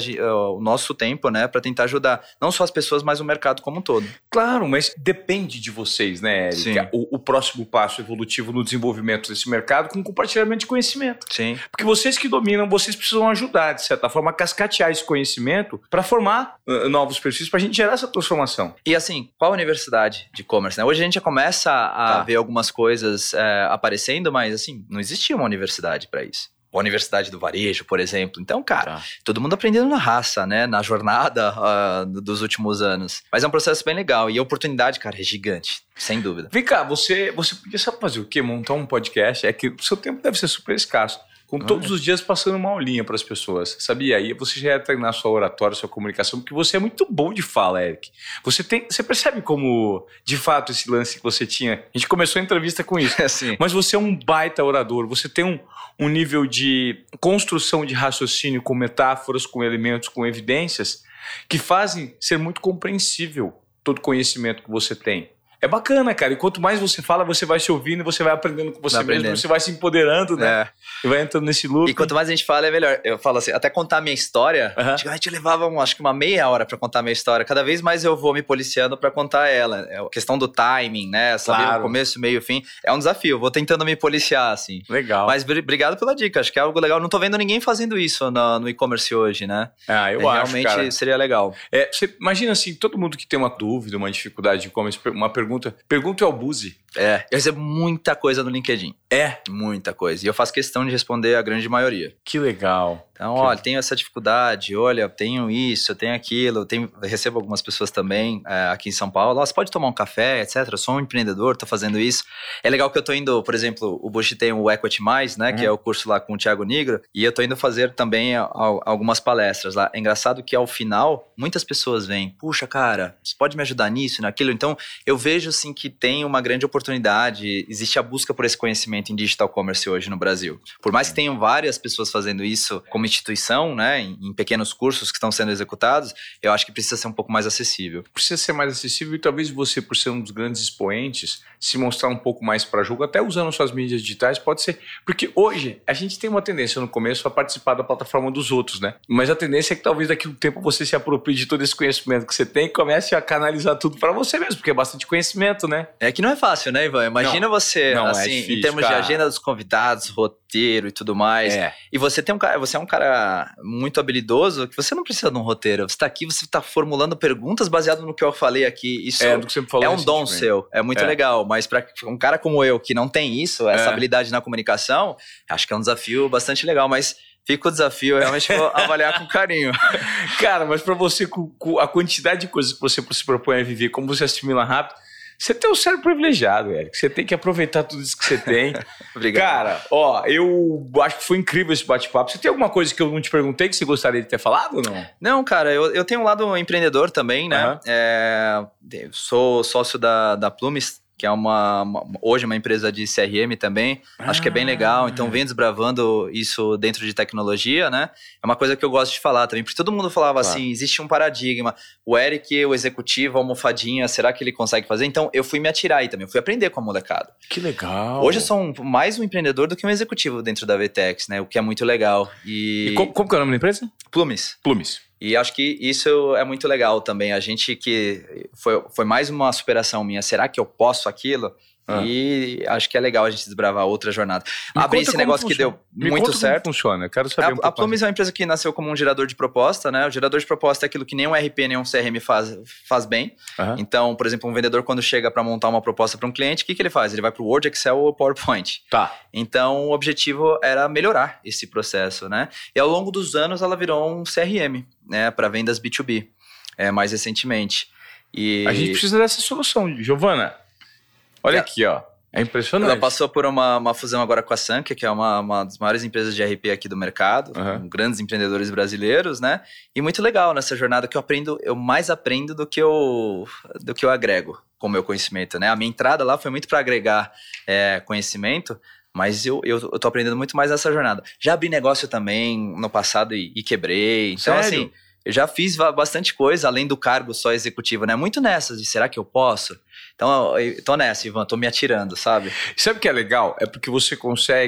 o nosso tempo, né, para tentar ajudar não só as pessoas, mas o mercado como um todo. Claro, mas depende de vocês, né, Eric? O, o próximo passo evolutivo no desenvolvimento desse mercado com compartilhamento de conhecimento. Sim. Porque vocês que dominam, vocês precisam ajudar, de certa forma, a cascatear esse conhecimento para formar uh, novos perfis, para a gente gerar essa transformação. E assim, qual a universidade de e-commerce, né? Hoje a gente já começa a tá. ver algumas coisas é, aparecendo, mas assim, não existia uma universidade para isso. A Universidade do Varejo, por exemplo. Então, cara, tá. todo mundo aprendendo na raça, né? Na jornada uh, dos últimos anos. Mas é um processo bem legal. E a oportunidade, cara, é gigante. Sem dúvida. Vem cá, você, você podia saber fazer o quê? Montar um podcast? É que o seu tempo deve ser super escasso. Com todos os dias passando uma aulinha para as pessoas, sabia? Aí você já ia treinar sua oratória, sua comunicação, porque você é muito bom de fala, Eric. Você, tem, você percebe como, de fato, esse lance que você tinha... A gente começou a entrevista com isso, é, mas você é um baita orador, você tem um, um nível de construção de raciocínio com metáforas, com elementos, com evidências, que fazem ser muito compreensível todo o conhecimento que você tem. É bacana, cara. E quanto mais você fala, você vai se ouvindo e você vai aprendendo com você vai mesmo. Aprendendo. Você vai se empoderando, né? É. E vai entrando nesse loop. E quanto mais a gente fala, é melhor. Eu falo assim, até contar a minha história, uhum. a gente levava, um, acho que uma meia hora pra contar a minha história. Cada vez mais eu vou me policiando pra contar ela. É a questão do timing, né? Saber claro. o começo, meio e fim. É um desafio. Eu vou tentando me policiar, assim. Legal. Mas obrigado pela dica. Acho que é algo legal. Não tô vendo ninguém fazendo isso no, no e-commerce hoje, né? Ah, eu é, acho, realmente cara. seria legal. É, você imagina assim, todo mundo que tem uma dúvida, uma dificuldade de e-commerce, uma pergunta, pergunta ao Buzi. É, eu recebo muita coisa no LinkedIn. É? Muita coisa. E eu faço questão de responder a grande maioria. Que legal. Então, que... olha, tenho essa dificuldade, olha, tenho isso, eu tenho aquilo, eu tenho, recebo algumas pessoas também é, aqui em São Paulo, você pode tomar um café, etcétera. Eu sou um empreendedor, tô fazendo isso. É legal que eu tô indo, por exemplo, o Bush tem o Equity Mais, né, uhum. que é o curso lá com o Thiago Nigro, e eu tô indo fazer também a, a, algumas palestras lá. É engraçado que ao final, muitas pessoas vêm, puxa, cara, você pode me ajudar nisso, naquilo? Então, eu vejo, assim, que tem uma grande oportunidade, existe a busca por esse conhecimento em digital commerce hoje no Brasil. Por mais que tenham várias pessoas fazendo isso como instituição, né, em, em pequenos cursos que estão sendo executados, eu acho que precisa ser um pouco mais acessível. Precisa ser mais acessível e talvez você, por ser um dos grandes expoentes, se mostrar um pouco mais para jogo, até usando suas mídias digitais, pode ser. Porque hoje a gente tem uma tendência no começo a participar da plataforma dos outros, né? Mas a tendência é que talvez daqui a um tempo você se aproprie de todo esse conhecimento que você tem e comece a canalizar tudo para você mesmo, porque é bastante conhecimento, né? É que não é fácil, né, Ivan? Imagina não, você, não, assim, é difícil, em termos cara. de agenda dos convidados, roteiro e tudo mais. É. E você tem um cara, você é um cara muito habilidoso que você não precisa de um roteiro. Você tá aqui, você tá formulando perguntas baseado no que eu falei aqui. Isso é, do que você falou é um dom seu. É muito é. legal. Mas para um cara como eu, que não tem isso, essa é. habilidade na comunicação, acho que é um desafio bastante legal. Mas fica o desafio, eu realmente vou avaliar com carinho. Cara, mas para você, com, com a quantidade de coisas que você se propõe a viver, como você assimila rápido, você tem um cérebro privilegiado, Eric. Você tem que aproveitar tudo isso que você tem. Obrigado. Cara, ó, eu acho que foi incrível esse bate-papo. Você tem alguma coisa que eu não te perguntei que você gostaria de ter falado ou não? Não, cara, eu, eu tenho um lado empreendedor também, né? Uhum. É, sou sócio da, da Plumes, que é uma, uma, hoje uma empresa de C R M também, ah, acho que é bem legal, então venho desbravando isso dentro de tecnologia, né? É uma coisa que eu gosto de falar também, porque todo mundo falava claro. assim, existe um paradigma, o Eric, o executivo, a almofadinha, será que ele consegue fazer? Então eu fui me atirar aí também, eu fui aprender com a molecada. Que legal! Hoje eu sou um, mais um empreendedor do que um executivo dentro da V Tex, né? O que é muito legal. E, e como, como que é o nome da empresa? Plumes. Plumes. E acho que isso é muito legal também. A gente que... Foi, foi mais uma superação minha. Será que eu posso aquilo? Ah. E acho que é legal a gente desbravar outra jornada. Me Abrir esse negócio funciona. que deu Me muito conta certo. Como funciona? Eu quero saber a, um pouco. A Plumes é uma empresa que nasceu como um gerador de proposta, né? O gerador de proposta é aquilo que nem um R P, nem um C R M faz, faz bem. Uhum. Então, por exemplo, um vendedor quando chega para montar uma proposta para um cliente, o que, que ele faz? Ele vai para o Word, Excel ou PowerPoint. Tá. Então, o objetivo era melhorar esse processo, né? E ao longo dos anos, ela virou um C R M, né? Para vendas B dois B, é, mais recentemente. E... A gente precisa dessa solução, Giovana. Olha é. aqui, ó. É impressionante. Ela passou por uma, uma fusão agora com a Sankia, que é uma, uma das maiores empresas de R P aqui do mercado, uhum. com grandes empreendedores brasileiros, né? E muito legal nessa jornada que eu aprendo, eu mais aprendo do que eu, do que eu agrego com o meu conhecimento, né? A minha entrada lá foi muito para agregar é, conhecimento, mas eu, eu, eu tô aprendendo muito mais nessa jornada. Já abri negócio também no passado e, e quebrei. Então, Sério? assim, eu já fiz bastante coisa, além do cargo só executivo, né? Muito nessas de será que eu posso? Então, eu tô nessa, Ivan, tô me atirando, sabe? Sabe o que é legal? É porque você consegue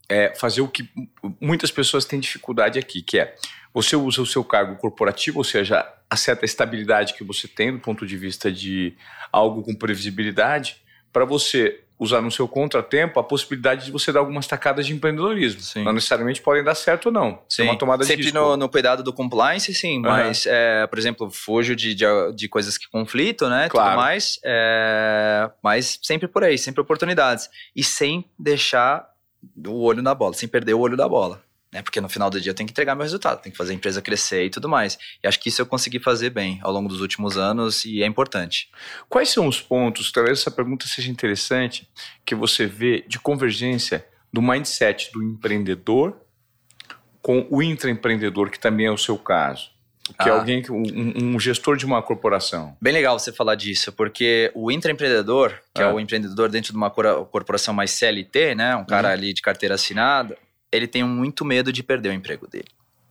é fazer o que muitas pessoas têm dificuldade aqui, que é você usa o seu cargo corporativo, ou seja, a certa estabilidade que você tem do ponto de vista de algo com previsibilidade, para você usar no seu contratempo a possibilidade de você dar algumas tacadas de empreendedorismo. Sim. Não necessariamente podem dar certo ou não. Sim. É uma tomada sempre de risco. No, no cuidado do compliance, sim. Uhum. Mas, é, por exemplo, fujo de, de, de coisas que conflitam, né? Claro. Tudo mais. É, mas sempre por aí, sempre oportunidades. E sem deixar o olho na bola, sem perder o olho da bola. Né? Porque no final do dia eu tenho que entregar meu resultado, tenho que fazer a empresa crescer e tudo mais. E acho que isso eu consegui fazer bem ao longo dos últimos anos e é importante. Quais são os pontos, talvez essa pergunta seja interessante, que você vê de convergência do mindset do empreendedor com o intraempreendedor, que também é o seu caso? Que ah. é alguém, um, um gestor de uma corporação. Bem legal você falar disso, porque o intraempreendedor, que ah. é o empreendedor dentro de uma corporação mais C L T, né? Um cara uhum. ali de carteira assinada, ele tem muito medo de perder o emprego dele.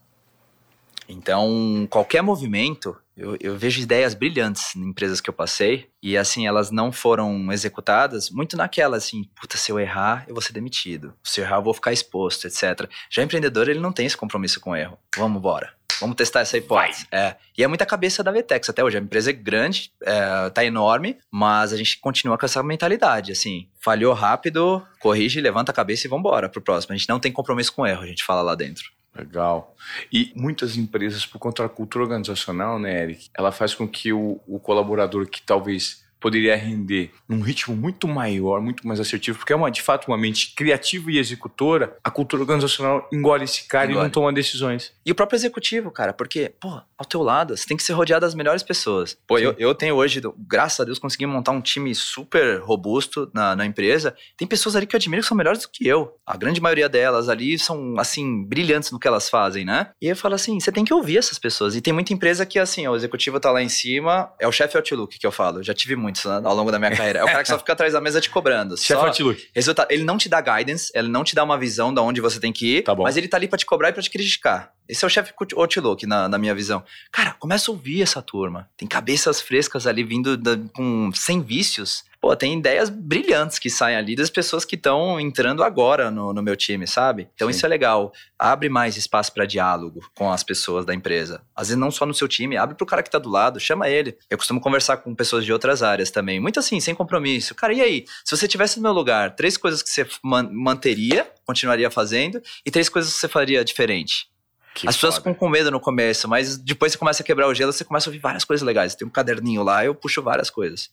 Então, qualquer movimento, eu, eu vejo ideias brilhantes em empresas que eu passei, e assim, elas não foram executadas, muito naquela assim, puta, se eu errar, eu vou ser demitido. Se eu errar, eu vou ficar exposto, etcétera. Já o empreendedor, ele não tem esse compromisso com o erro. Vamos embora. Vamos testar essa hipótese. É. E é muita cabeça da Vtex até hoje. A empresa é grande, é, tá enorme, mas a gente continua com essa mentalidade, assim, falhou rápido, corrige, levanta a cabeça e vambora pro próximo. A gente não tem compromisso com o erro, a gente fala lá dentro. Legal. E muitas empresas, por conta da cultura organizacional, né, Eric, ela faz com que o, o colaborador que talvez poderia render num ritmo muito maior, muito mais assertivo, porque é uma, de fato uma mente criativa e executora, a cultura organizacional engole esse cara engole. E não toma decisões. E o próprio executivo, cara, porque, pô, ao teu lado, você tem que ser rodeado das melhores pessoas. Pô, eu, eu tenho hoje, graças a Deus, consegui montar um time super robusto na, na empresa. Tem pessoas ali que eu admiro que são melhores do que eu. A grande maioria delas ali são, assim, brilhantes no que elas fazem, né? E eu falo assim, você tem que ouvir essas pessoas. E tem muita empresa que, assim, ó, o executivo tá lá em cima, é o chefe Outlook que eu falo, eu já tive muito. Né, ao longo da minha carreira. É o cara que só fica atrás da mesa te cobrando. Chefe Outlook. Resultado, ele não te dá guidance, ele não te dá uma visão de onde você tem que ir, tá bom. Mas ele tá ali pra te cobrar e pra te criticar. Esse é o chefe Outlook, na, na minha visão. Cara, começa a ouvir essa turma. Tem cabeças frescas ali vindo da, com, sem vícios. Pô, tem ideias brilhantes que saem ali das pessoas que estão entrando agora no, no meu time, sabe? Então Sim. Isso é legal. Abre mais espaço para diálogo com as pessoas da empresa. Às vezes não só no seu time, abre pro cara que tá do lado, chama ele. Eu costumo conversar com pessoas de outras áreas também. Muito assim, sem compromisso. Cara, e aí? Se você estivesse no meu lugar, três coisas que você man- manteria, continuaria fazendo, e três coisas que você faria diferente. Que As pessoas foda. Ficam com medo no começo, mas depois você começa a quebrar o gelo, você começa a ouvir várias coisas legais. Tem um caderninho lá, eu puxo várias coisas.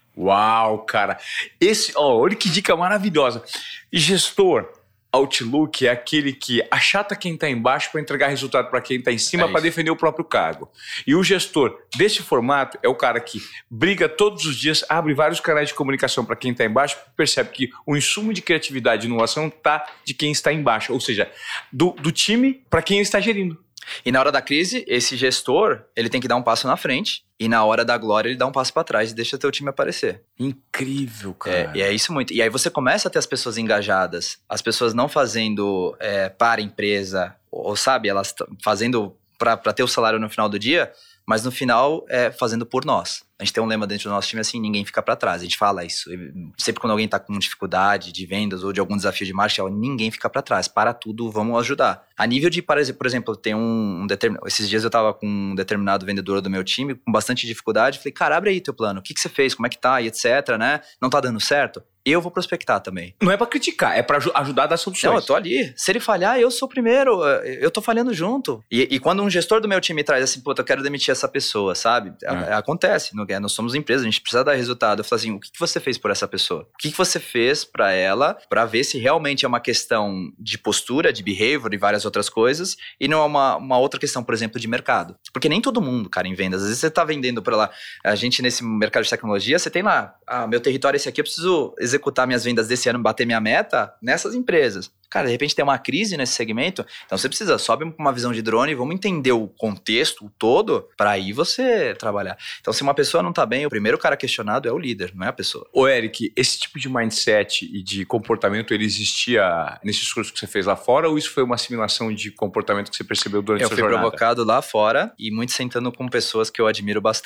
Uau, cara. Esse, ó, olha que dica maravilhosa. Gestor Outlook é aquele que achata quem está embaixo para entregar resultado para quem está em cima, é para defender o próprio cargo. E o gestor desse formato é o cara que briga todos os dias, abre vários canais de comunicação para quem está embaixo, percebe que o insumo de criatividade e inovação está de quem está embaixo, ou seja, do, do time para quem está gerindo. E na hora da crise, esse gestor, ele tem que dar um passo na frente. E na hora da glória, ele dá um passo pra trás e deixa teu time aparecer. Incrível, cara. É, e é isso muito. E aí você começa a ter as pessoas engajadas. As pessoas não fazendo é, para a empresa, ou sabe, elas fazendo pra, pra ter o salário no final do dia, mas no final é fazendo por nós. A gente tem um lema dentro do nosso time assim, ninguém fica pra trás. A gente fala isso. Sempre quando alguém tá com dificuldade de vendas ou de algum desafio de marketing, ninguém fica pra trás. Para tudo, vamos ajudar. A nível de, por exemplo, tem um, um determinado... Esses dias eu tava com um determinado vendedor do meu time, com bastante dificuldade. Falei, cara, abre aí teu plano. O que, que você fez? Como é que tá? E etc, né? Não tá dando certo? Eu vou prospectar também. Não é pra criticar, é pra ajudar a dar soluções. Não, eu tô ali. Se ele falhar, eu sou o primeiro. Eu tô falhando junto. E, e quando um gestor do meu time traz assim, puta, eu quero demitir essa pessoa, sabe? É. Acontece. Não, nós somos empresa, a gente precisa dar resultado. Eu falo assim, o que, que você fez por essa pessoa? O que, que você fez pra ela, pra ver se realmente é uma questão de postura, de behavior e várias outras coisas, e não é uma, uma outra questão, por exemplo, de mercado. Porque nem todo mundo, cara, em vendas. Às vezes você tá vendendo pra lá. A gente, nesse mercado de tecnologia, você tem lá, ah, meu território é esse aqui, eu preciso executar minhas vendas desse ano, bater minha meta nessas empresas. Cara, de repente tem uma crise nesse segmento, então você precisa, sobe com uma visão de drone, vamos entender o contexto, o todo, para aí você trabalhar. Então, se uma pessoa não tá bem, o primeiro cara questionado é o líder, não é a pessoa. Ô, Eric, esse tipo de mindset e de comportamento, ele existia nesses cursos que você fez lá fora, ou isso foi uma assimilação de comportamento que você percebeu durante a sua jornada? Eu fui provocado lá fora e muito sentando com pessoas que eu admiro bastante.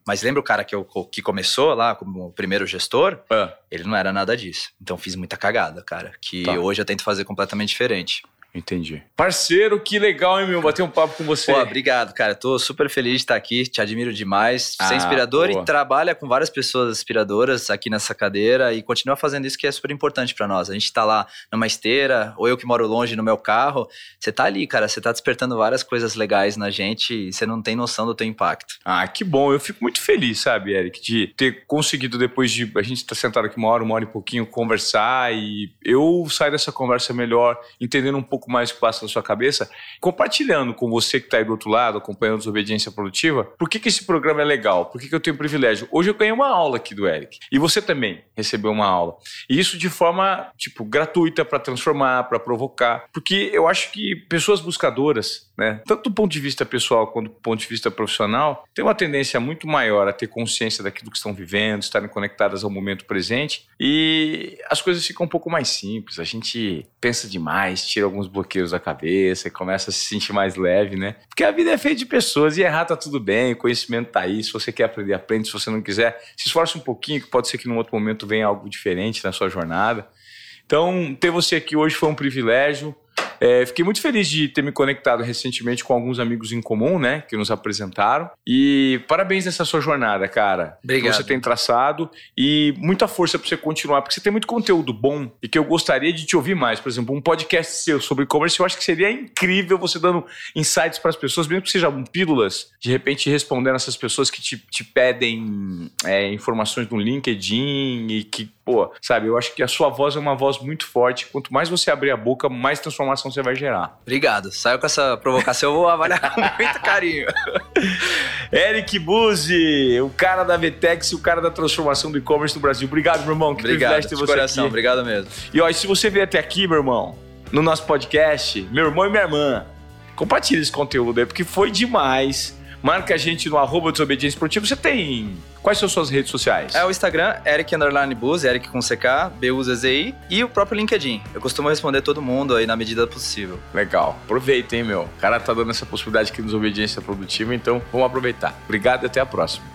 Mas lembra o cara que, eu, que começou lá como primeiro gestor? É. Ele não era nada disso. Então fiz muita cagada, cara. Que Tá. hoje eu tento fazer completamente diferente. Entendi. Parceiro, que legal, hein, meu? Bater um papo com você. Pô, obrigado, cara. Tô super feliz de estar aqui. Te admiro demais. Você Ah, é inspirador boa. e trabalha com várias pessoas inspiradoras aqui nessa cadeira e continua fazendo isso que é super importante pra nós. A gente tá lá numa esteira, ou eu que moro longe no meu carro. Você tá ali, cara. Você tá despertando várias coisas legais na gente e você não tem noção do teu impacto. Ah, que bom. Eu fico muito feliz, sabe, Eric, de ter conseguido, depois de a gente estar sentado aqui uma hora, uma hora e pouquinho, conversar, e eu sair dessa conversa melhor, entendendo um pouco mais o que passa na sua cabeça, compartilhando com você que está aí do outro lado, acompanhando a Desobediência Produtiva, por que que esse programa é legal, por que que eu tenho privilégio. Hoje eu ganhei uma aula aqui do Eric, e você também recebeu uma aula. E isso de forma, tipo, gratuita, para transformar, para provocar, porque eu acho que pessoas buscadoras, né, tanto do ponto de vista pessoal quanto do ponto de vista profissional, tem uma tendência muito maior a ter consciência daquilo que estão vivendo, estarem conectadas ao momento presente, e as coisas ficam um pouco mais simples. A gente pensa demais, tira alguns bloqueios da cabeça e começa a se sentir mais leve, né? Porque a vida é feita de pessoas e errar tá tudo bem, o conhecimento tá aí, se você quer aprender, aprende, se você não quiser, se esforça um pouquinho, que pode ser que num outro momento venha algo diferente na sua jornada. Então, ter você aqui hoje foi um privilégio. É, fiquei muito feliz de ter me conectado recentemente com alguns amigos em comum, né, que nos apresentaram. E parabéns nessa sua jornada, cara. Obrigado. Que você tem traçado e muita força para você continuar, porque você tem muito conteúdo bom e que eu gostaria de te ouvir mais. Por exemplo, um podcast seu sobre e-commerce, eu acho que seria incrível você dando insights para as pessoas, mesmo que sejam pílulas, de repente respondendo essas pessoas que te, te pedem é, informações no LinkedIn e que, pô, sabe, eu acho que a sua voz é uma voz muito forte. Quanto mais você abrir a boca, mais transformação você vai gerar. Obrigado. Saiu com essa provocação, eu vou avaliar com muito carinho. Eric Buzzi, o cara da Vetex e o cara da transformação do e-commerce no Brasil. Obrigado, meu irmão. Que Obrigado, privilégio ter de você coração. aqui. Obrigado mesmo. E ó, e se você vier até aqui, meu irmão, no nosso podcast, meu irmão e minha irmã, compartilha esse conteúdo aí, porque foi demais. Marca a gente no arroba Desobediência Produtiva. Você tem... Quais são suas redes sociais? É o Instagram, Eric Underline Buzzi, Eric com C K, B U Z Z I, e o próprio LinkedIn. Eu costumo responder todo mundo aí na medida possível. Legal. Aproveita, hein, meu. O cara tá dando essa possibilidade aqui no Desobediência Produtiva, então vamos aproveitar. Obrigado e até a próxima.